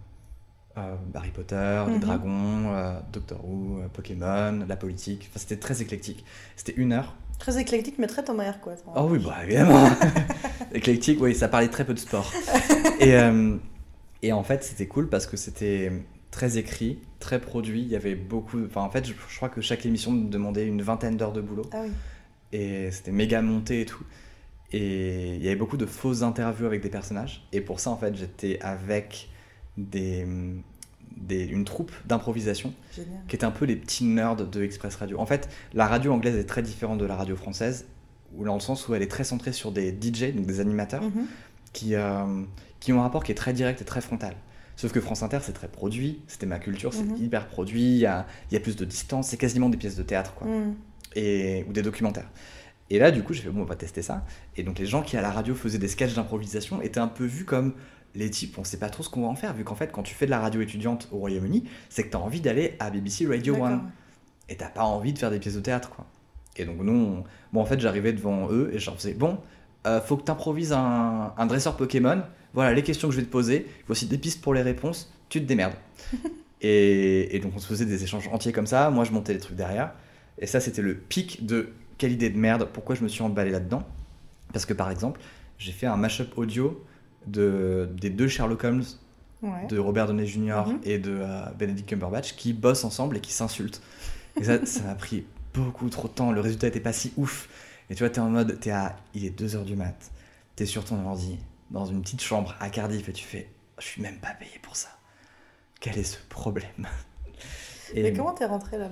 Harry Potter, les dragons, Doctor Who, Pokémon, la politique. Enfin, c'était très éclectique. C'était 1 heure. Très éclectique, mais très Thomas Hercouet. Oh oui, bah évidemment. Éclectique, oui, ça parlait très peu de sport. Et en fait, c'était cool parce que c'était très écrit, très produit. Il y avait beaucoup. Enfin, en fait, je crois que chaque émission me demandait une 20aine d'heures de boulot. Ah oui. et c'était méga monté et tout. Et il y avait beaucoup de fausses interviews avec des personnages. Et pour ça, en fait, j'étais avec une troupe d'improvisation qui était un peu les petits nerds de Express Radio. En fait, la radio anglaise est très différente de la radio française, dans le sens où elle est très centrée sur des DJ, donc des animateurs, qui ont un rapport qui est très direct et très frontal. Sauf que France Inter, c'est très produit, c'était ma culture, c'est hyper produit, il y a plus de distance, c'est quasiment des pièces de théâtre, quoi, ou des documentaires. Et là, du coup, j'ai fait, bon, on va tester ça. Et donc, les gens qui, à la radio, faisaient des sketchs d'improvisation étaient un peu vus comme les types, on sait pas trop ce qu'on va en faire, vu qu'en fait, quand tu fais de la radio étudiante au Royaume-Uni, c'est que t'as envie d'aller à BBC Radio 1. Et t'as pas envie de faire des pièces de théâtre, quoi. Et donc, nous, en fait, j'arrivais devant eux et je leur faisais, bon, faut que t'improvises un dresseur Pokémon. Voilà les questions que je vais te poser. Voici des pistes pour les réponses. Tu te démerdes. et donc, on se faisait des échanges entiers comme ça. Moi, je montais les trucs derrière. Et ça, c'était le pic de quelle idée de merde. Pourquoi je me suis emballé là-dedans ? Parce que, par exemple, j'ai fait un mash-up audio des 2 Sherlock Holmes, de Robert Downey Jr. Et de Benedict Cumberbatch, qui bossent ensemble et qui s'insultent. Et ça m'a pris beaucoup trop de temps. Le résultat était pas si ouf. Et tu vois, t'es en mode, il est 2h du mat. T'es sur ton ordi, dans une petite chambre à Cardiff, et tu fais, je suis même pas payé pour ça. Quel est ce problème ? Mais comment t'es rentré là-bas ?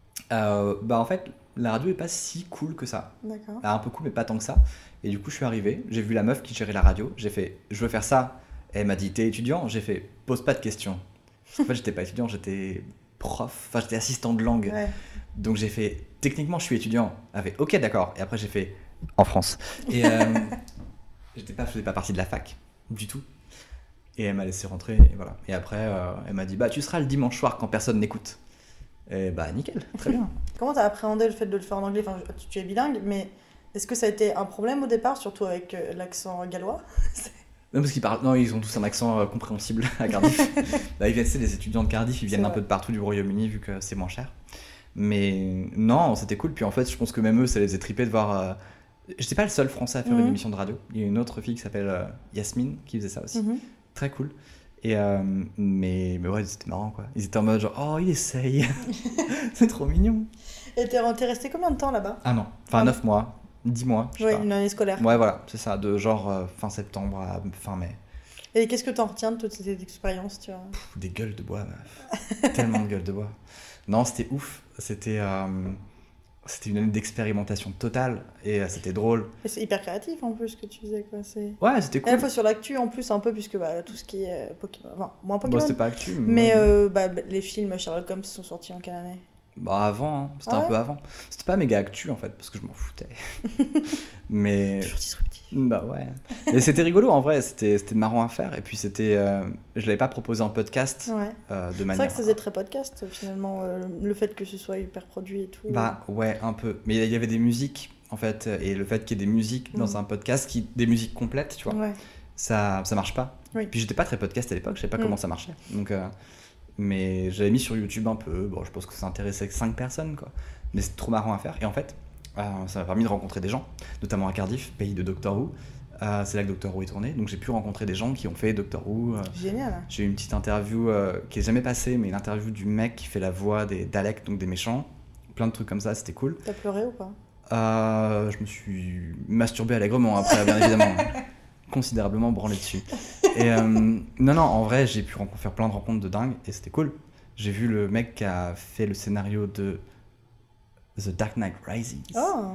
En fait, la radio est pas si cool que ça. D'accord. Un peu cool, mais pas tant que ça. Et du coup, je suis arrivé, j'ai vu la meuf qui gérait la radio, j'ai fait, je veux faire ça. Elle m'a dit, t'es étudiant ? J'ai fait, pose pas de questions. En fait, j'étais pas étudiant, j'étais prof, enfin, j'étais assistant de langue. Ouais. Donc j'ai fait, techniquement, je suis étudiant. Elle a fait, ok, d'accord. Et après, j'ai fait, en France. Et je faisais pas partie de la fac, du tout. Et elle m'a laissé rentrer, et voilà. Et après, elle m'a dit, tu seras le dimanche soir quand personne n'écoute. Et nickel, très bien. Comment t'as appréhendé le fait de le faire en anglais ? Enfin, tu es bilingue, mais est-ce que ça a été un problème au départ, surtout avec l'accent gallois ? Non, parce ils ont tous un accent compréhensible à Cardiff. Les étudiants de Cardiff, ils viennent un peu de partout du Royaume-Uni, vu que c'est moins cher. Mais non, c'était cool. Puis en fait, je pense que même eux, ça les a trippés de voir... J'étais pas le seul français à faire une émission de radio. Il y a une autre fille qui s'appelle Yasmine qui faisait ça aussi. Très cool. Et mais ouais, c'était marrant, quoi. Ils étaient en mode genre, oh, il essaye. C'est trop mignon. Et t'es resté combien de temps là-bas ? Ah non, enfin 9 mois, 10 mois. Ouais, une année scolaire. Ouais, voilà, c'est ça, de genre fin septembre à fin mai. Et qu'est-ce que t'en retiens de toutes ces expériences, tu vois ? Des gueules de bois, meuf. Tellement de gueules de bois. Non, c'était ouf. C'était une année d'expérimentation totale et c'était drôle. Et c'est hyper créatif en plus ce que tu faisais, quoi. Ouais, c'était cool. À la fois sur l'actu en plus, un peu, puisque tout ce qui est Pokémon. Enfin, moins Pokémon. C'était pas actu. Mais les films Sherlock Holmes sont sortis en quelle année ? Avant, hein. C'était un peu avant. C'était pas méga actu en fait, parce que je m'en foutais. Mais. Toujours disruptif. Ouais. Et c'était rigolo en vrai, c'était marrant à faire. Et puis c'était. Je l'avais pas proposé en podcast de manière. C'est vrai que ça faisait très podcast finalement, le fait que ce soit hyper produit et tout. Ouais, un peu. Mais il y avait des musiques en fait, et le fait qu'il y ait des musiques dans un podcast, des musiques complètes, tu vois, ça marche pas. Oui. Puis j'étais pas très podcast à l'époque, je savais pas comment ça marchait. Donc. Mais j'avais mis sur YouTube un peu, bon, je pense que ça intéressait 5 personnes, quoi. Mais c'est trop marrant à faire. Et en fait, ça m'a permis de rencontrer des gens, notamment à Cardiff, pays de Doctor Who. C'est là que Doctor Who est tourné, donc j'ai pu rencontrer des gens qui ont fait Doctor Who. Génial. J'ai eu une petite interview qui est jamais passée, mais l'interview du mec qui fait la voix des Daleks, donc des méchants. Plein de trucs comme ça, c'était cool. T'as pleuré ou pas ? Je me suis masturbé allègrement après, bien évidemment. Considérablement branlé dessus. Et non, en vrai, j'ai pu faire plein de rencontres de dingue et c'était cool. J'ai vu le mec qui a fait le scénario de The Dark Knight Rises. Oh.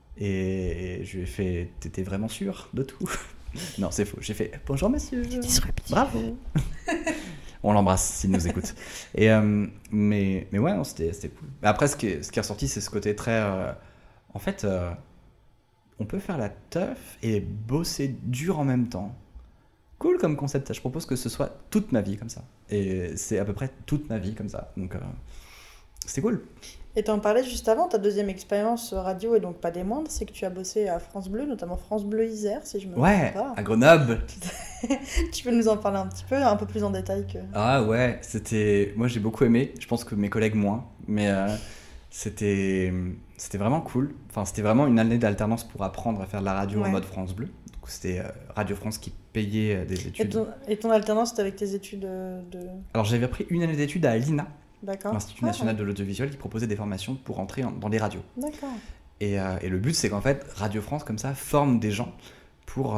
Et je lui ai fait, t'étais vraiment sûr de tout ? Non, c'est faux. J'ai fait, bonjour monsieur. Bravo. On l'embrasse s'il nous écoute. Et mais ouais, non, c'était cool. Mais après, ce qui est ressorti, c'est ce côté très. En fait. On peut faire la teuf et bosser dur en même temps. Cool comme concept. Je propose que ce soit toute ma vie comme ça. Et c'est à peu près toute ma vie comme ça. Donc, c'était cool. Et t'en parlais juste avant, ta deuxième expérience radio, et donc pas des moindres, c'est que tu as bossé à France Bleu, notamment France Bleu Isère, si je me trompe pas. Ouais, à Grenoble. Tu peux nous en parler un peu plus en détail que... Ah ouais, moi j'ai beaucoup aimé. Je pense que mes collègues moins. Mais... C'était vraiment cool. Enfin, c'était vraiment une année d'alternance pour apprendre à faire de la radio en mode France Bleu. Donc, c'était Radio France qui payait des études. Et ton alternance, c'était avec tes études de... Alors, j'avais pris une année d'études à l'INA, D'accord. l'Institut National de l'Audiovisuel, qui proposait des formations pour entrer dans les radios. D'accord. Et le but, c'est qu'en fait, Radio France, comme ça, forme des gens pour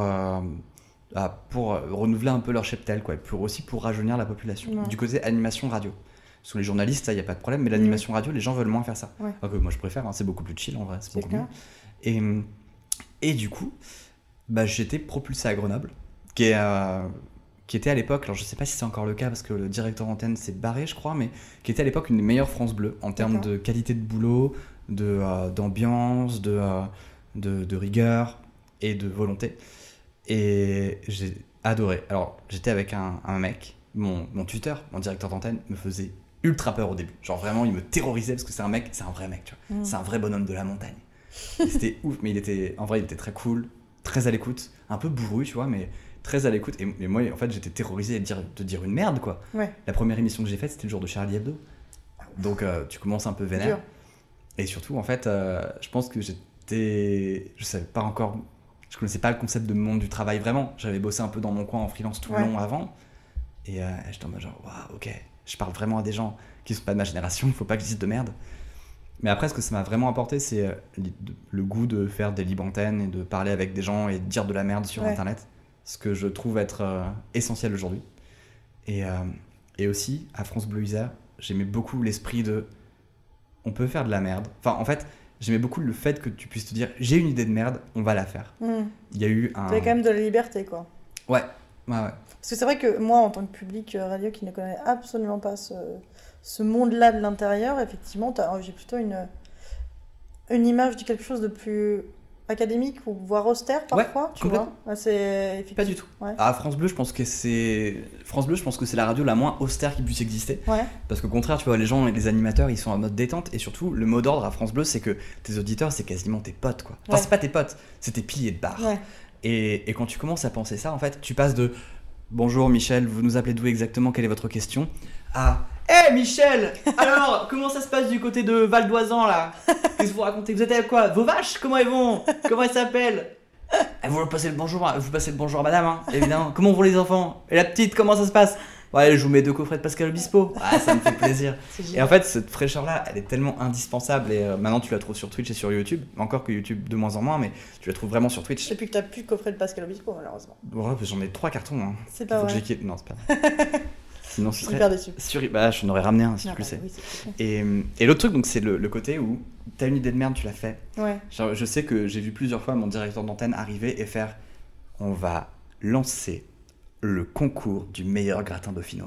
renouveler un peu leur cheptel, quoi, pour rajeunir la population. Ouais. Du côté animation radio. Sur les journalistes, ça, il n'y a pas de problème, mais l'animation radio, les gens veulent moins faire ça. Ouais. Alors que moi, je préfère, c'est beaucoup plus chill, en vrai, c'est beaucoup clair. mieux. Et du coup, j'étais propulsé à Grenoble, qui était à l'époque, alors je sais pas si c'est encore le cas parce que le directeur d'antenne s'est barré, je crois, mais qui était à l'époque une des meilleures France Bleu en termes de qualité de boulot, d'ambiance, de rigueur et de volonté. Et j'ai adoré. Alors, j'étais avec un mec, mon tuteur, mon directeur d'antenne, me faisait ultra peur au début. Genre vraiment, il me terrorisait parce que c'est un vrai mec, tu vois. C'est un vrai bonhomme de la montagne. Et c'était ouf, mais il était très cool, très à l'écoute, un peu bourru, tu vois, mais très à l'écoute. Et moi, en fait, j'étais terrorisé de dire une merde, quoi. Ouais. La première émission que j'ai faite, c'était le jour de Charlie Hebdo. Donc, tu commences un peu vénère. Dur. Et surtout, en fait, je pense que je savais pas encore, je connaissais pas le concept de monde du travail vraiment. J'avais bossé un peu dans mon coin en freelance tout le long avant. Et j'étais en mode genre, waouh, ok, je parle vraiment à des gens qui sont pas de ma génération, il faut pas que je dise de merde. Mais après, ce que ça m'a vraiment apporté, c'est le goût de faire des libres antennes et de parler avec des gens et de dire de la merde sur Internet. Ce que je trouve être essentiel aujourd'hui. Et aussi, à France Bleu Isère, j'aimais beaucoup l'esprit de on peut faire de la merde. Enfin, en fait, j'aimais beaucoup le fait que tu puisses te dire j'ai une idée de merde, on va la faire. Il y a eu un. Tu avais quand même de la liberté, quoi. Ouais. Parce que c'est vrai que moi, en tant que public radio qui ne connaît absolument pas ce monde-là de l'intérieur, effectivement, j'ai plutôt une image de quelque chose de plus académique ou voire austère parfois, tu vois. C'est effectivement... Pas du tout. Ouais. France Bleu, je pense que c'est la radio la moins austère qui puisse exister. Ouais. Parce qu'au contraire, tu vois, les gens et les animateurs, ils sont en mode détente. Et surtout, le mot d'ordre à France Bleu, c'est que tes auditeurs, c'est quasiment tes potes, quoi. Enfin, c'est pas tes potes, c'est tes piliers de bar. Ouais. Et quand tu commences à penser ça, en fait, tu passes de bonjour Michel, vous nous appelez d'où exactement, quelle est votre question, à hé Michel, alors comment ça se passe du côté de Val d'Oisan là? Qu'est-ce que vous racontez? Vous êtes avec quoi? Vos vaches, comment elles vont? Comment elles s'appellent? Vous passez le bonjour à madame, hein, évidemment. Comment vont les enfants? Et la petite, comment ça se passe? Ouais, je vous mets 2 coffrets de Pascal Obispo. Ouais, ça me fait plaisir. Et en fait, cette fraîcheur-là, elle est tellement indispensable. Et maintenant, tu la trouves sur Twitch et sur YouTube. Encore que YouTube de moins en moins, mais tu la trouves vraiment sur Twitch. Depuis que t'as plus de coffret de Pascal Obispo, malheureusement. Ouais, j'en ai 3 cartons. Hein. C'est pas vrai. Non, c'est pas vrai. Sinon, ce serait. Hyper déçu. Je n'aurais ramené un si tu le sais. Oui, et l'autre truc, donc, c'est le côté où t'as une idée de merde, tu la fais. Ouais. Genre, je sais que j'ai vu plusieurs fois mon directeur d'antenne arriver et faire on va lancer le concours du meilleur gratin dauphinois.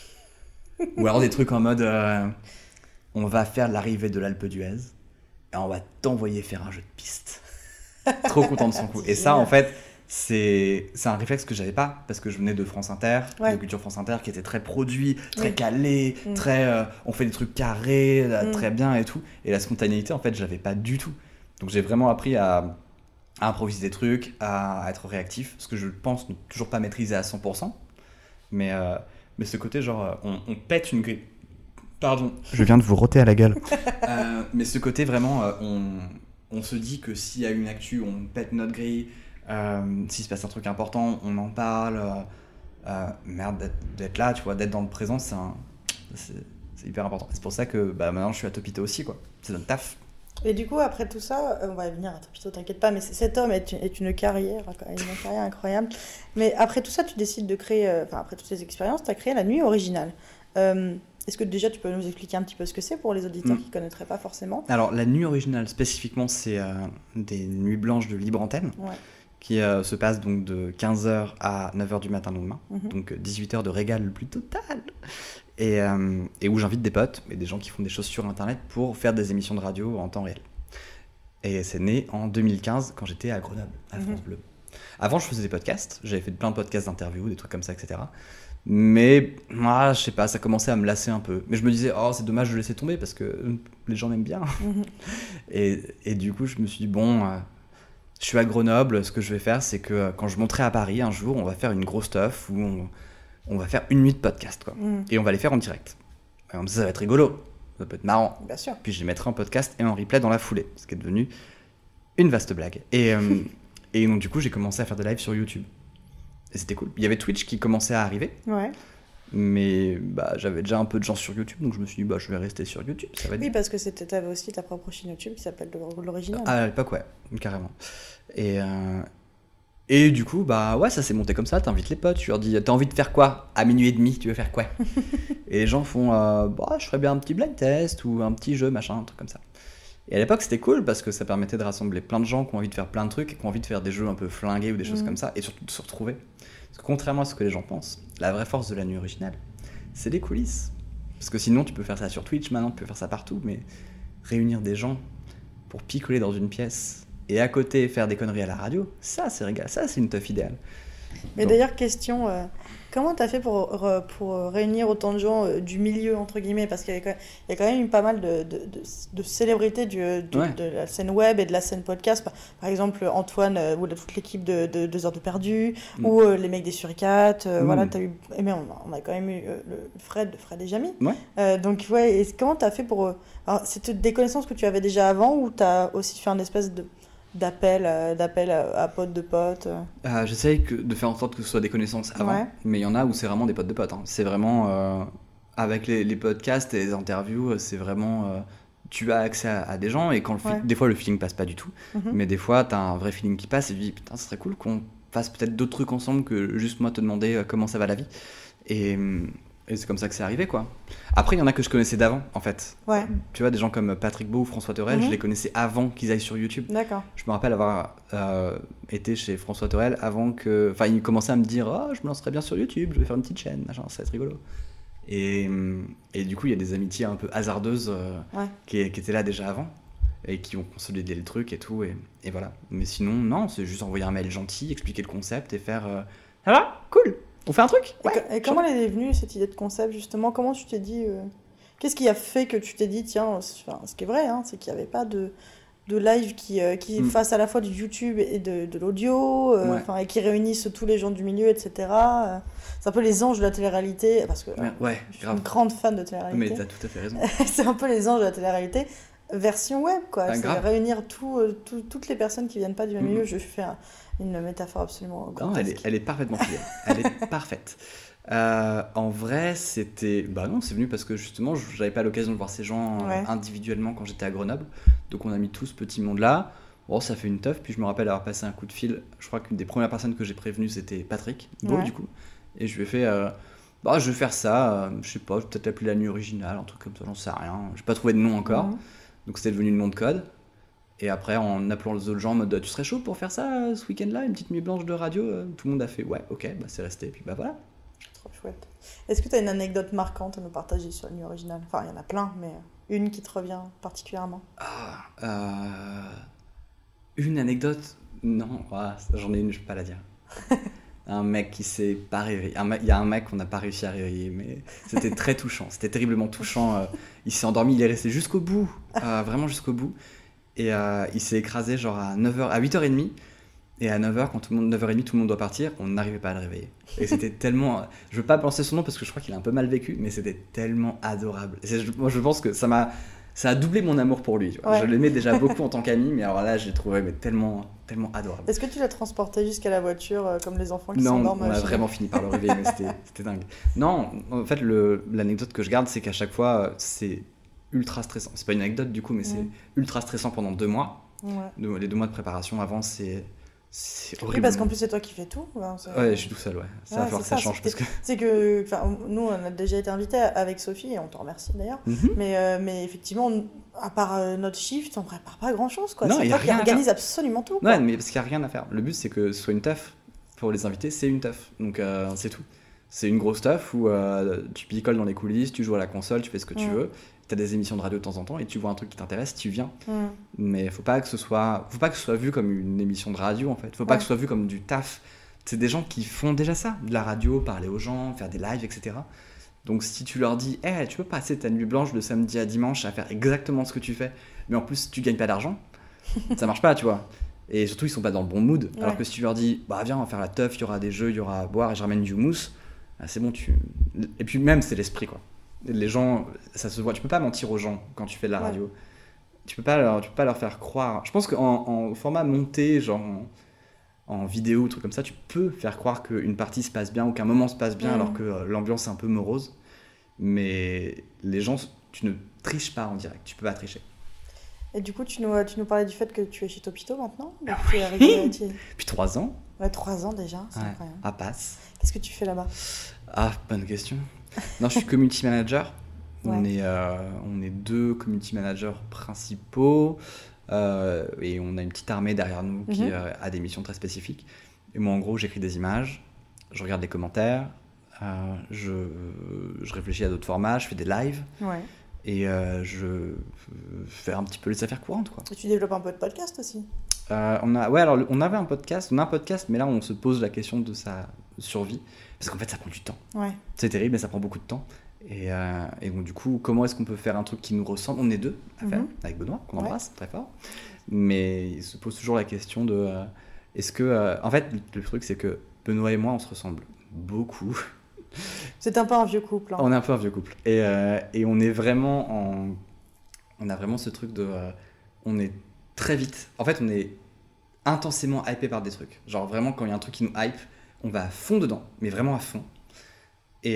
Ou alors des trucs en mode on va faire l'arrivée de l'Alpe d'Huez et on va t'envoyer faire un jeu de piste. Trop content de son coup. Et ça, en fait, c'est un réflexe que j'avais pas parce que je venais de France Inter, de Culture France Inter, qui était très produit, très calé, très on fait des trucs carrés, très bien et tout. Et la spontanéité, en fait, j'avais pas du tout. Donc j'ai vraiment appris à improviser des trucs, à être réactif, ce que je pense ne toujours pas maîtriser à 100%. Mais ce côté, genre, on pète une grille. Pardon. Je viens de vous roter à la gueule. Mais ce côté, vraiment, on se dit que s'il y a une actu, on pète notre grille. S'il se passe un truc important, on en parle. Merde, d'être là, tu vois, d'être dans le présent, c'est hyper important. C'est pour ça que maintenant, je suis à Topito aussi, quoi. C'est notre taf. Et du coup, après tout ça, on va venir à Topito, t'inquiète pas, mais cet homme est une carrière incroyable. Mais après tout ça, tu décides de créer, après toutes ces expériences, tu as créé la Nuit Originale. Est-ce que déjà tu peux nous expliquer un petit peu ce que c'est pour les auditeurs qui ne connaîtraient pas forcément? Alors, la Nuit Originale, spécifiquement, c'est des nuits blanches de libre antenne qui se passent donc de 15h à 9h du matin le lendemain. Donc 18h de régal le plus total. Et où j'invite des potes et des gens qui font des choses sur Internet pour faire des émissions de radio en temps réel. Et c'est né en 2015 quand j'étais à Grenoble, à France Bleu. Avant, je faisais des podcasts. J'avais fait plein de podcasts d'interviews, des trucs comme ça, etc. Mais moi, je sais pas, ça commençait à me lasser un peu. Mais je me disais, oh, c'est dommage de laisser tomber parce que les gens m'aiment bien. Et du coup, je me suis dit, bon, je suis à Grenoble. Ce que je vais faire, c'est que quand je monterai à Paris un jour, on va faire une grosse stuff où on va faire une nuit de podcast, quoi. Et on va les faire en direct. Comme ça va être rigolo. Ça peut être marrant. Bien sûr. Puis je les mettrai en podcast et en replay dans la foulée. Ce qui est devenu une vaste blague. Et donc, du coup, j'ai commencé à faire des lives sur YouTube. Et c'était cool. Il y avait Twitch qui commençait à arriver. Ouais. Mais j'avais déjà un peu de gens sur YouTube, donc je me suis dit, je vais rester sur YouTube. Ça va être... Oui, parce que t'avais aussi ta propre chaîne YouTube qui s'appelle l'Original. À l'époque, ouais, carrément. Et du coup, ça s'est monté comme ça. T'invites les potes, tu leur dis, t'as envie de faire quoi à 00h30, tu veux faire quoi? Et les gens font, je ferais bien un petit blind test ou un petit jeu, machin, un truc comme ça. Et à l'époque, c'était cool parce que ça permettait de rassembler plein de gens qui ont envie de faire plein de trucs et qui ont envie de faire des jeux un peu flingués ou des choses comme ça, et surtout de se retrouver. Parce que contrairement à ce que les gens pensent, la vraie force de la nuit originale, c'est les coulisses. Parce que sinon, tu peux faire ça sur Twitch, maintenant tu peux faire ça partout, mais réunir des gens pour picoler dans une pièce et à côté faire des conneries à la radio, ça c'est régal, ça c'est une teuf idéale. Mais d'ailleurs, question, comment t'as fait pour réunir autant de gens du milieu, entre guillemets, parce qu'il y a quand même eu pas mal de célébrités de la scène web et de la scène podcast, par exemple Antoine ou toute l'équipe de 2 heures de perdu, ou les mecs des Suricates, voilà, t'as eu, mais on a quand même eu Fred et Jamy. Ouais. Donc ouais, et comment t'as fait pour... alors, c'était des connaissances que tu avais déjà avant, ou t'as aussi fait un espèce d'appel à potes de potes? J'essaye de faire en sorte que ce soit des connaissances avant, mais il y en a où c'est vraiment des potes de potes. C'est vraiment, avec les podcasts et les interviews, c'est vraiment... tu as accès à des gens, et quand des fois le feeling passe pas du tout, mais des fois t'as un vrai feeling qui passe et tu dis putain, ça serait cool qu'on fasse peut-être d'autres trucs ensemble que juste moi te demander comment ça va la vie. Et c'est comme ça que c'est arrivé, quoi. Après, il y en a que je connaissais d'avant, en fait. Ouais. Tu vois, des gens comme Patrick Beau ou François Thorel, je les connaissais avant qu'ils aillent sur YouTube. D'accord. Je me rappelle avoir été chez François Thorel avant que... Enfin, il commençait à me dire « Oh, je me lancerais bien sur YouTube, je vais faire une petite chaîne, machin, ça va être rigolo. » Et du coup, il y a des amitiés un peu hasardeuses qui étaient là déjà avant et qui ont consolidé le truc et tout, et voilà. Mais sinon, non, c'est juste envoyer un mail gentil, expliquer le concept et faire « Ça va ? Cool !» On fait un truc? Et comment elle est venue, cette idée de concept, justement? Comment tu t'es dit... Qu'est-ce qui a fait que tu t'es dit, tiens, ce qui est vrai, c'est qu'il n'y avait pas de live qui fasse à la fois du YouTube et de l'audio, et qui réunissent tous les gens du milieu, etc. C'est un peu les anges de la télé-réalité, parce que je suis une grande fan de télé-réalité. Mais t'as tout à fait raison. C'est un peu les anges de la télé-réalité, version web, quoi. C'est grave. réunir toutes les personnes qui ne viennent pas du même milieu. Je fais une métaphore absolument grotesque. Non, elle est parfaitement fidèle. Elle est parfaite. En vrai, c'était... non, c'est venu parce que justement, j'avais pas l'occasion de voir ces gens individuellement quand j'étais à Grenoble. Donc on a mis tout ce petit monde-là. Bon, ça fait une teuf. Puis je me rappelle avoir passé un coup de fil. Je crois qu'une des premières personnes que j'ai prévenues, c'était Patrick Beau, du coup. Et je lui ai fait... je vais faire ça. Je sais pas, je vais peut-être l'appeler la nuit originale, un truc comme ça, j'en sais rien. J'ai pas trouvé de nom encore. Donc c'était devenu le nom de code. Et après, en appelant les autres gens en mode tu serais chaud pour faire ça ce week-end-là, une petite nuit blanche de radio, tout le monde a fait ouais, ok, c'est resté, et puis voilà. Trop chouette. Est-ce que tu as une anecdote marquante à nous partager sur la nuit originale? Enfin, il y en a plein, mais une qui te revient particulièrement. Une anecdote? Non, j'en ai une, je peux pas la dire. Un mec qui s'est pas réveillé. Il y a un mec qu'on n'a pas réussi à réveiller, mais c'était très touchant, c'était terriblement touchant. Il s'est endormi, il est resté jusqu'au bout, vraiment jusqu'au bout. Et il s'est écrasé genre à 8h30, et à 9h, quand 9h30 tout le monde doit partir, on n'arrivait pas à le réveiller. Et c'était tellement... Je veux pas penser son nom parce que je crois qu'il a un peu mal vécu, mais c'était tellement adorable. Moi je pense que ça a doublé mon amour pour lui. Je l'aimais déjà beaucoup en tant qu'ami, mais alors là je l'ai trouvé tellement adorable. Est-ce que tu l'as transporté jusqu'à la voiture comme les enfants qui s'endorment? Non, on a vraiment fini par le réveiller, mais c'était dingue. Non, en fait l'anecdote que je garde, c'est qu'à chaque fois c'est ultra stressant. C'est pas une anecdote du coup, mais c'est ultra stressant pendant 2 mois. Les 2 mois de préparation avant, c'est horrible. Oui, parce qu'en plus c'est toi qui fais tout. Je suis tout seul, Ça va falloir que ça change. C'est que nous, on a déjà été invités avec Sophie, et on te remercie d'ailleurs. Mais effectivement, à part notre shift, on prépare pas grand-chose, quoi. C'est toi qui organise absolument tout, quoi. Ouais, mais parce qu'il n'y a rien à faire. Le but, c'est que ce soit une teuf. Pour les invités, c'est une teuf. Donc c'est tout. C'est une grosse teuf où tu picoles dans les coulisses, tu joues à la console, tu fais ce que tu veux. T'as des émissions de radio de temps en temps et tu vois un truc qui t'intéresse, tu viens. Mais faut pas que ce soit vu comme une émission de radio, en fait. Faut pas que ce soit vu comme du taf. C'est des gens qui font déjà ça, de la radio, parler aux gens, faire des lives, etc. Donc si tu leur dis tu peux passer ta nuit blanche de samedi à dimanche à faire exactement ce que tu fais, mais en plus tu gagnes pas d'argent, ça marche pas, tu vois. Et surtout ils sont pas dans le bon mood. Alors que si tu leur dis viens, on va faire la teuf, il y aura des jeux, il y aura à boire et je ramène du mousse, c'est bon, et puis même c'est l'esprit, quoi. Les gens, ça se voit. Tu peux pas mentir aux gens quand tu fais de la radio. Tu peux pas leur faire croire. Je pense qu'en format monté, genre en vidéo ou truc comme ça, tu peux faire croire qu'une partie se passe bien ou qu'un moment se passe bien alors que l'ambiance est un peu morose. Mais les gens, tu ne triches pas en direct, tu peux pas tricher. Et du coup, tu nous parlais du fait que tu es chez Topito maintenant. Depuis 3 ans. Ouais, 3 ans déjà, c'est incroyable. À Passe. Qu'est-ce que tu fais là-bas ? Ah, bonne question. Non, je suis community manager. Ouais. On est 2 community managers principaux et on a une petite armée derrière nous qui a des missions très spécifiques. Et moi, en gros, j'écris des images, je regarde les commentaires, je réfléchis à d'autres formats, je fais des lives et je fais un petit peu les affaires courantes, quoi. Et tu développes un peu de podcast aussi ? On avait un podcast, mais là, on se pose la question de sa survie parce qu'en fait, ça prend du temps. Ouais. C'est terrible, mais ça prend beaucoup de temps. Et donc du coup, comment est-ce qu'on peut faire un truc qui nous ressemble ? On est 2 à faire, avec Benoît, qu'on embrasse très fort. Mais il se pose toujours la question de... est-ce que... en fait, le truc, c'est que Benoît et moi, on se ressemble beaucoup. C'est un peu un vieux couple. Hein. On est un peu un vieux couple. Et on est vraiment on a vraiment ce truc de... on est très vite... En fait, on est intensément hypé par des trucs. Genre vraiment, quand il y a un truc qui nous hype, on va à fond dedans, mais vraiment à fond. Et...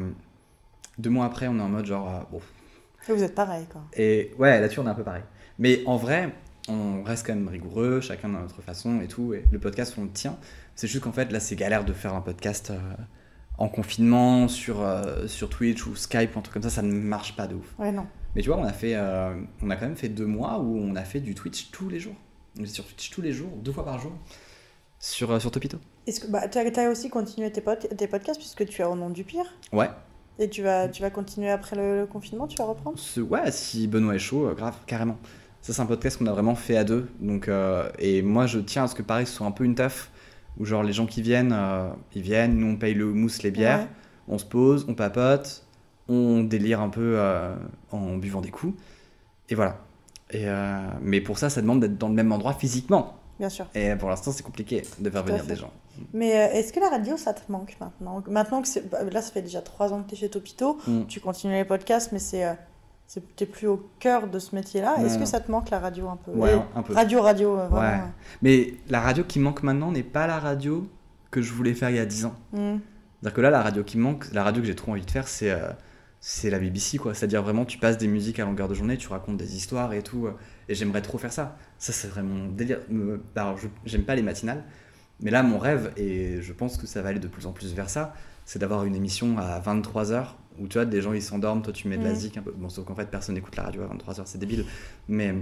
2 mois après, on est en mode genre... bon. Et vous êtes pareil, quoi. Et ouais, là-dessus, on est un peu pareil. Mais en vrai, on reste quand même rigoureux, chacun de notre façon et tout. Et le podcast, on le tient. C'est juste qu'en fait, là, c'est galère de faire un podcast en confinement, sur Twitch ou Skype ou un truc comme ça. Ça ne marche pas de ouf. Ouais, non. Mais tu vois, on a quand même fait 2 mois où on a fait du Twitch tous les jours. On est sur Twitch tous les jours, 2 fois par jour, sur Topito. Est-ce que tu as aussi continué tes podcasts puisque tu es au nom du pire ? Ouais. Et tu vas continuer après le confinement, tu vas reprendre ? Ouais, si Benoît est chaud, grave, carrément. Ça, c'est un podcast qu'on a vraiment fait à 2. Donc, et moi, je tiens à ce que pareil, ce soit un peu une taf, où genre les gens qui viennent, ils viennent, nous on paye le mousse, les bières, on se pose, on papote, on délire un peu en buvant des coups, et voilà. Mais pour ça demande d'être dans le même endroit physiquement. Bien sûr. Et pour l'instant, c'est compliqué de faire venir des gens. Mais est-ce que la radio, ça te manque maintenant ? Maintenant que là, ça fait déjà 3 ans que tu es chez Topito, tu continues les podcasts, mais t'es plus au cœur de ce métier-là. Est-ce que ça te manque la radio un peu ? Ouais, un peu. Radio, vraiment. Ouais. Mais la radio qui manque maintenant n'est pas la radio que je voulais faire il y a 10 ans. C'est-à-dire que là, la radio qui me manque, la radio que j'ai trop envie de faire, c'est la BBC, quoi. C'est-à-dire vraiment, tu passes des musiques à longueur de journée, tu racontes des histoires et tout. Et j'aimerais trop faire ça. Ça, c'est vraiment mon délire. Alors, j'aime pas les matinales, mais là, mon rêve, et je pense que ça va aller de plus en plus vers ça, c'est d'avoir une émission à 23h où tu vois, des gens ils s'endorment, toi tu mets de la zik un peu. Bon, sauf qu'en fait, personne n'écoute la radio à 23h, c'est débile. Mais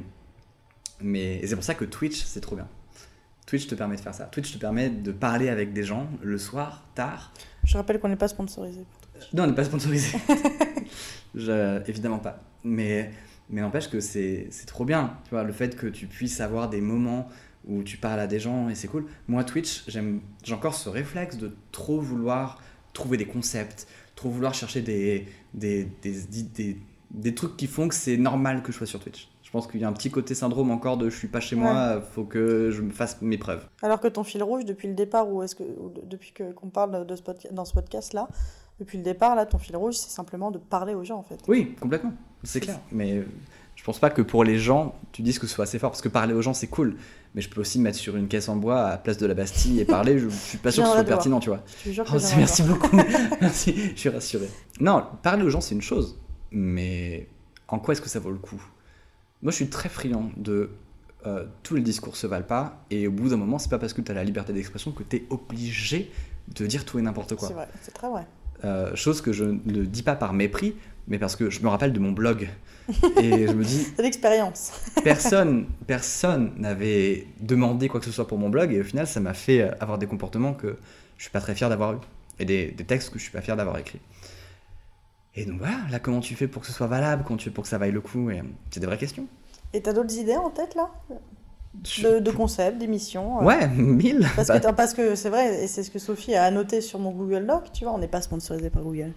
et c'est pour ça que Twitch, c'est trop bien. Twitch te permet de faire ça. Twitch te permet de parler avec des gens le soir, tard. Je rappelle qu'on n'est pas sponsorisé pour Twitch. Non, on n'est pas sponsorisé. Évidemment pas. Mais n'empêche que c'est trop bien. Tu vois, le fait que tu puisses avoir des moments où tu parles à des gens et c'est cool. Moi, Twitch, j'ai encore ce réflexe de trop vouloir trouver des concepts, trop vouloir chercher des trucs qui font que c'est normal que je sois sur Twitch. Je pense qu'il y a un petit côté syndrome encore de je suis pas chez moi, faut que je me fasse mes preuves. Alors que ton fil rouge depuis le départ, depuis qu'on parle dans ce podcast-là, depuis le départ, là, ton fil rouge, c'est simplement de parler aux gens, en fait. Oui, complètement, c'est clair. Mais je pense pas que pour les gens, tu dises que ce soit assez fort, parce que parler aux gens, c'est cool. Mais je peux aussi me mettre sur une caisse en bois à Place de la Bastille et parler, je suis pas sûr que ce soit pertinent, tu vois. Je te jure que merci beaucoup, merci, je suis rassuré. Non, parler aux gens, c'est une chose, mais en quoi est-ce que ça vaut le coup ? Moi, je suis très friand de tous les discours se valent pas, et au bout d'un moment, c'est pas parce que tu as la liberté d'expression que tu es obligé de dire tout et n'importe quoi. C'est vrai, c'est très vrai. Chose que je ne dis pas par mépris, mais parce que je me rappelle de mon blog et je me dis c'est l'expérience. personne n'avait demandé quoi que ce soit pour mon blog, et au final ça m'a fait avoir des comportements que je suis pas très fier d'avoir eu, et des textes que je suis pas fier d'avoir écrits. Et donc voilà, là comment tu fais pour que ce soit valable, comment tu fais pour que ça vaille le coup, et c'est des vraies questions. Et t'as d'autres idées en tête là ? De concepts, d'émissions Ouais, 1000 parce que c'est vrai, et c'est ce que Sophie a annoté sur mon Google Doc, tu vois, on n'est pas sponsorisé par Google.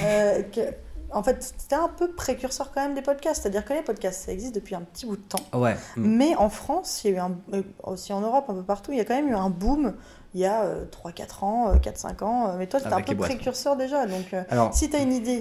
En fait, c'était un peu précurseur quand même des podcasts, c'est-à-dire que les podcasts, ça existe depuis un petit bout de temps. Ouais. Mais en France, il y a eu aussi en Europe, un peu partout, il y a quand même eu un boom il y a 3-4 ans, 4-5 ans. Mais toi, tu étais un peu précurseur déjà. Donc, si tu as une idée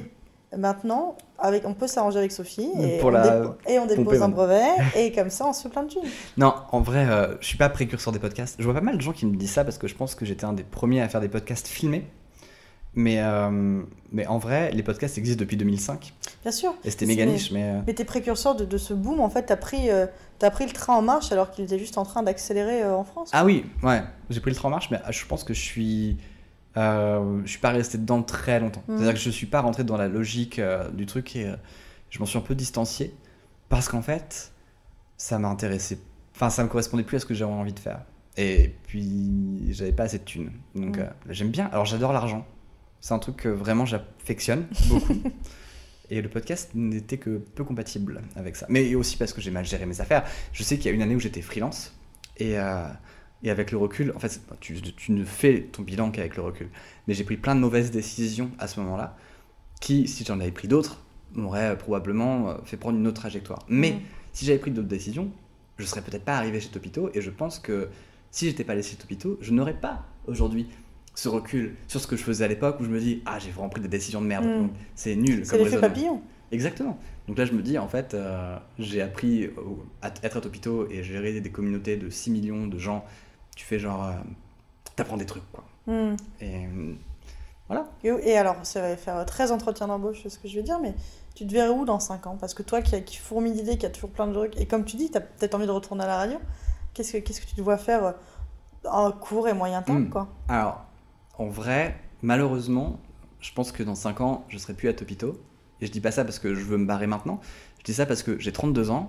Maintenant, on peut s'arranger avec Sophie et Pour on dépose un brevet et comme ça on se fait plein de thunes. Non, en vrai, je suis pas précurseur des podcasts. Je vois pas mal de gens qui me disent ça parce que je pense que j'étais un des premiers à faire des podcasts filmés. Mais en vrai, les podcasts existent depuis 2005. Bien sûr. Et c'était méga niche. Mais t'es précurseur de ce boom. En fait, t'as pris le train en marche alors qu'il était juste en train d'accélérer en France. Ah oui, ouais. J'ai pris le train en marche, mais je pense que je suis pas resté dedans très longtemps. C'est-à-dire que je suis pas rentré dans la logique du truc et je m'en suis un peu distancié parce qu'en fait, ça m'intéressait. Enfin, ça me correspondait plus à ce que j'avais envie de faire. Et puis, j'avais pas assez de thunes. Donc, j'aime bien. Alors, j'adore l'argent. C'est un truc que vraiment j'affectionne beaucoup. Et le podcast n'était que peu compatible avec ça. Mais aussi parce que j'ai mal géré mes affaires. Je sais qu'il y a une année où j'étais freelance. Et avec le recul, en fait, tu ne fais ton bilan qu'avec le recul. Mais j'ai pris plein de mauvaises décisions à ce moment-là, qui, si j'en avais pris d'autres, m'auraient probablement fait prendre une autre trajectoire. Mais si j'avais pris d'autres décisions, je ne serais peut-être pas arrivé chez Topito. Et je pense que si j'étais pas allé chez Topito, je n'aurais pas aujourd'hui ce recul sur ce que je faisais à l'époque où je me dis j'ai vraiment pris des décisions de merde, donc c'est nul. C'est l'effet papillon. Exactement. Donc là je me dis en fait j'ai appris à être à Topito et gérer des communautés de 6 millions de gens. Tu fais genre t'apprends des trucs quoi. Et voilà. Et alors ça va faire 13 entretiens d'embauche, c'est ce que je veux dire, mais tu te verrais où dans 5 ans? Parce que toi qui fourmille d'idées, qui a toujours plein de trucs, et comme tu dis, t'as peut-être envie de retourner à la radio. Qu'est-ce que tu dois faire en court et moyen terme quoi? Alors en vrai, malheureusement, je pense que dans 5 ans, je serai plus à Topito. Et je dis pas ça parce que je veux me barrer maintenant. Je dis ça parce que j'ai 32 ans.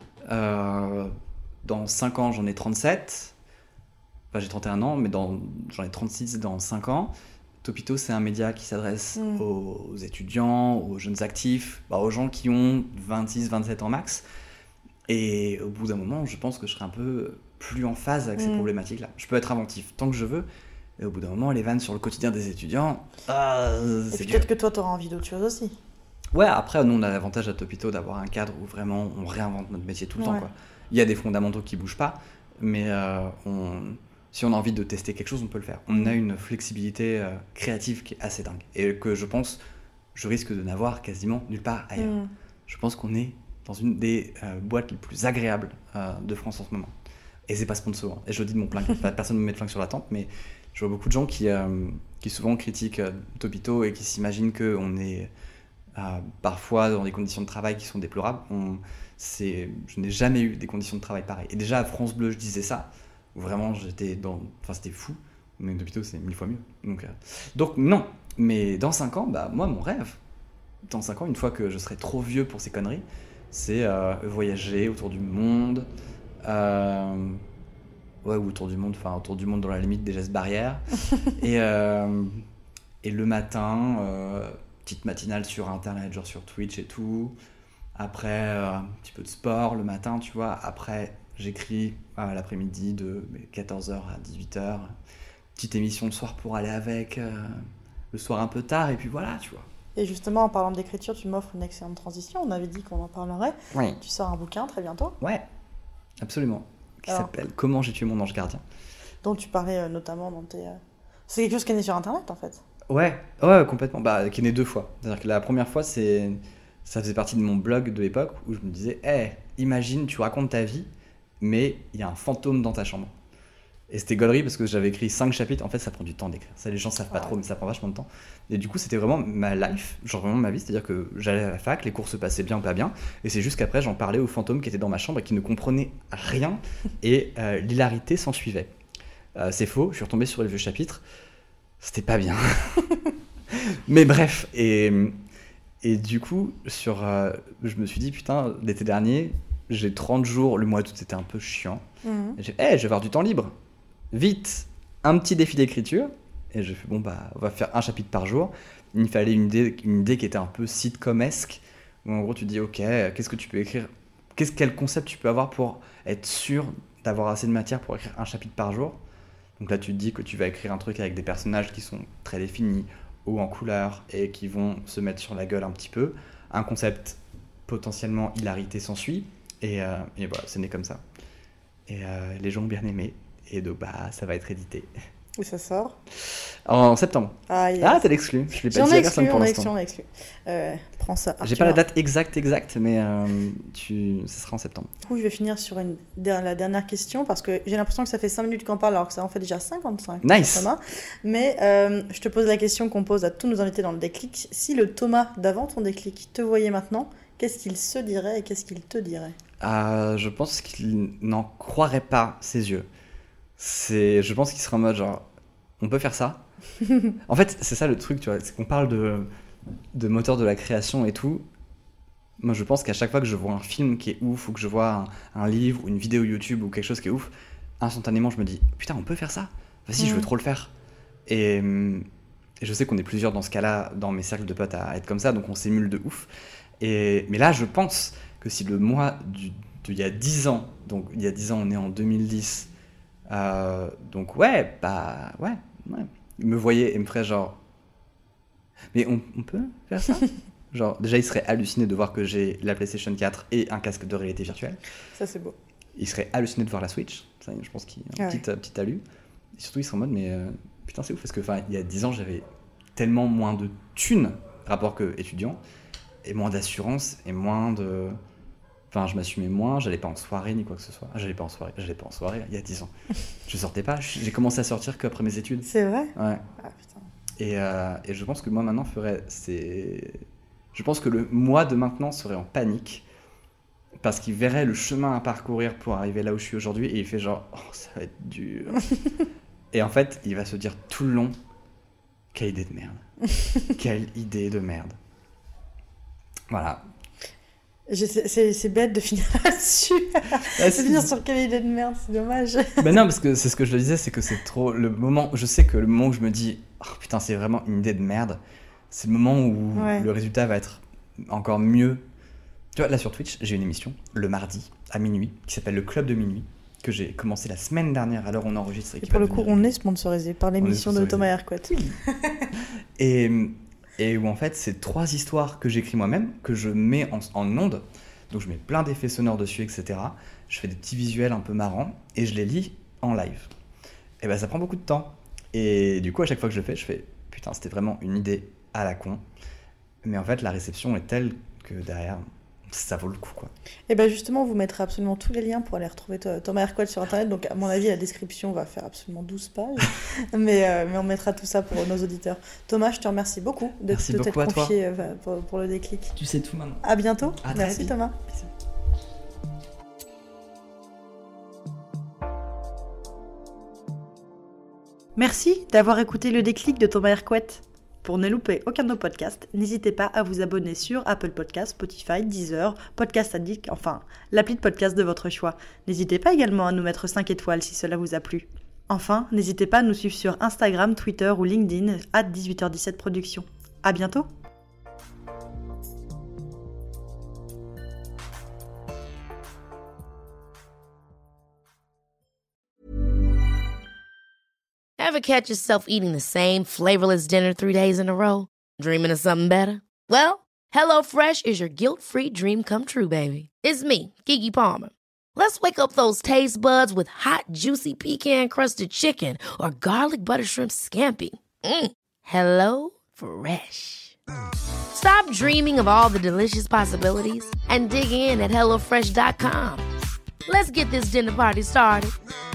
Dans 5 ans, j'en ai 37. Enfin, j'ai 31 ans, mais j'en ai 36 dans 5 ans. Topito, c'est un média qui s'adresse aux étudiants, aux jeunes actifs, aux gens qui ont 26, 27 ans max. Et au bout d'un moment, je pense que je serai un peu plus en phase avec ces problématiques-là. Je peux être inventif tant que je veux. Et au bout d'un moment, les vannes sur le quotidien des étudiants, c'est peut-être que toi, t'auras envie d'autre chose aussi. Ouais, après, nous, on a l'avantage à Topito d'avoir un cadre où vraiment on réinvente notre métier tout le temps, quoi. Il y a des fondamentaux qui bougent pas, mais si on a envie de tester quelque chose, on peut le faire. On a une flexibilité créative qui est assez dingue et que je pense, je risque de n'avoir quasiment nulle part ailleurs. Je pense qu'on est dans une des boîtes les plus agréables de France en ce moment. Et c'est pas sponsor, hein. Et je le dis de mon plein cœur. Personne ne me met de flingue sur la tempe, mais je vois beaucoup de gens qui souvent critiquent Topito et qui s'imaginent qu'on est parfois dans des conditions de travail qui sont déplorables. Je n'ai jamais eu des conditions de travail pareilles. Et déjà à France Bleu, je disais ça, où vraiment c'était fou, mais Topito c'est 1000 fois mieux. Donc non, mais dans 5 ans, moi mon rêve, dans 5 ans, une fois que je serai trop vieux pour ces conneries, c'est voyager autour du monde. Ouais, ou autour du monde dans la limite des gestes barrières. Et le matin, petite matinale sur internet, genre sur Twitch et tout. Après, un petit peu de sport le matin, tu vois. Après, j'écris l'après-midi de 14h à 18h. Petite émission le soir pour aller avec, le soir un peu tard, et puis voilà, tu vois. Et justement, en parlant d'écriture, tu m'offres une excellente transition. On avait dit qu'on en parlerait. Oui. Tu sors un bouquin très bientôt. Ouais, absolument. Qui s'appelle « Comment j'ai tué mon ange gardien ». Dont tu parlais notamment dans tes... C'est quelque chose qui est né sur Internet, en fait. Ouais, complètement. Qui est né 2 fois. C'est-à-dire que la première fois, ça faisait partie de mon blog de l'époque où je me disais imagine, tu racontes ta vie, mais il y a un fantôme dans ta chambre. Et c'était gaulerie parce que j'avais écrit 5 chapitres. En fait, ça prend du temps d'écrire. Ça, les gens savent pas trop, mais ça prend vachement de temps. Et du coup, c'était vraiment ma life, genre vraiment ma vie. C'est-à-dire que j'allais à la fac, les cours se passaient bien ou pas bien. Et c'est juste qu'après, j'en parlais au fantôme qui était dans ma chambre et qui ne comprenait rien. Et l'hilarité s'en suivait. C'est faux, je suis retombé sur les vieux chapitres. C'était pas bien. Mais bref. Et du coup, je me suis dit, putain, l'été dernier, j'ai 30 jours. Le mois d'août, c'était un peu chiant. Et j'ai dit, je vais avoir du temps libre. Vite, un petit défi d'écriture. Et j'ai fait, on va faire un chapitre par jour. Il me fallait une idée qui était un peu sitcom-esque. Où en gros, tu dis, ok, qu'est-ce que tu peux écrire ? Quel concept tu peux avoir pour être sûr d'avoir assez de matière pour écrire un chapitre par jour ? Donc là, tu te dis que tu vas écrire un truc avec des personnages qui sont très définis, hauts en couleur, et qui vont se mettre sur la gueule un petit peu. Un concept potentiellement hilarité s'ensuit. Et voilà, c'est né comme ça. Et les gens ont bien aimé. Et donc, ça va être édité. Où ça sort ? En septembre. Ah, yes. Ah, t'as l'exclu. Je l'ai pas dit à personne pour l'instant. On a exclu. Prends ça. J'ai pas la date exacte, mais ce sera en septembre. Du coup, je vais finir sur la dernière question parce que j'ai l'impression que ça fait 5 minutes qu'on parle alors que ça en fait déjà 55. Nice. Thomas. Mais je te pose la question qu'on pose à tous nos invités dans le déclic. Si le Thomas d'avant ton déclic te voyait maintenant, qu'est-ce qu'il se dirait et qu'est-ce qu'il te dirait ? Je pense qu'il n'en croirait pas ses yeux. Je pense qu'il serait en mode genre, on peut faire ça ? En fait, c'est ça le truc, tu vois, c'est qu'on parle de moteur de la création et tout. Moi, je pense qu'à chaque fois que je vois un film qui est ouf, ou que je vois un livre, ou une vidéo YouTube, ou quelque chose qui est ouf, instantanément, je me dis, putain, on peut faire ça ? Vas-y, je veux trop le faire. Et je sais qu'on est plusieurs dans ce cas-là, dans mes cercles de potes, à être comme ça, donc on s'émule de ouf. Mais là, je pense que si le mois d'il y a 10 ans, donc il y a 10 ans, on est en 2010, donc ouais, il me voyait et me ferait genre, mais on peut faire ça ? Genre, déjà, il serait halluciné de voir que j'ai la PlayStation 4 et un casque de réalité virtuelle. Ça, c'est beau. Il serait halluciné de voir la Switch. Ça, je pense qu'il y a un petit allu. Et surtout, il serait en mode, mais putain, c'est ouf. Parce que, il y a 10 ans, j'avais tellement moins de thunes, rapport que étudiant, et moins d'assurance, et moins de... Enfin, je m'assumais moins, j'allais pas en soirée, ni quoi que ce soit. J'allais pas en soirée, il y a 10 ans. Je sortais pas, j'ai commencé à sortir qu'après mes études. C'est vrai ? Ouais. Ah, putain. Et je pense que moi, maintenant, je pense que le moi de maintenant serait en panique parce qu'il verrait le chemin à parcourir pour arriver là où je suis aujourd'hui et il fait genre, oh, ça va être dur. Et en fait, il va se dire tout le long, quelle idée de merde. Quelle idée de merde. Voilà. C'est bête de finir là-dessus. De finir sur quelle idée de merde, c'est dommage. Ben non, parce que c'est ce que je le disais, c'est que c'est trop le moment. Je sais que le moment où je me dis, oh putain, c'est vraiment une idée de merde, c'est le moment où le résultat va être encore mieux. Tu vois, là sur Twitch, j'ai une émission le mardi à minuit qui s'appelle Le Club de Minuit, que j'ai commencé la semaine dernière à l'heure où on enregistre. Et pour le coup, on est sponsorisé par l'émission de Thomas Hercouet. Et où en fait, c'est 3 histoires que j'écris moi-même, que je mets en ondes. Donc je mets plein d'effets sonores dessus, etc. Je fais des petits visuels un peu marrants et je les lis en live. Et ben ça prend beaucoup de temps. Et du coup, à chaque fois que je le fais, je fais putain, c'était vraiment une idée à la con. Mais en fait, la réception est telle que derrière, ça vaut le coup, quoi. Et bien justement, vous mettrez absolument tous les liens pour aller retrouver Thomas Hercouet sur Internet. Donc à mon avis, la description va faire absolument 12 pages. mais on mettra tout ça pour nos auditeurs. Thomas, je te remercie beaucoup de t'être confié pour le déclic. Tu sais tout maintenant. À bientôt. Merci Thomas. Merci. Merci d'avoir écouté le déclic de Thomas Hercouet. Pour ne louper aucun de nos podcasts, n'hésitez pas à vous abonner sur Apple Podcasts, Spotify, Deezer, Podcast Addict, enfin, l'appli de podcast de votre choix. N'hésitez pas également à nous mettre 5 étoiles si cela vous a plu. Enfin, n'hésitez pas à nous suivre sur Instagram, Twitter ou LinkedIn @18h17 Productions. À bientôt! Ever catch yourself eating the same flavorless dinner 3 days in a row? Dreaming of something better? Well, HelloFresh is your guilt-free dream come true, baby. It's me, Keke Palmer. Let's wake up those taste buds with hot, juicy pecan-crusted chicken or garlic butter shrimp scampi. Hello Fresh. Stop dreaming of all the delicious possibilities and dig in at HelloFresh.com. Let's get this dinner party started.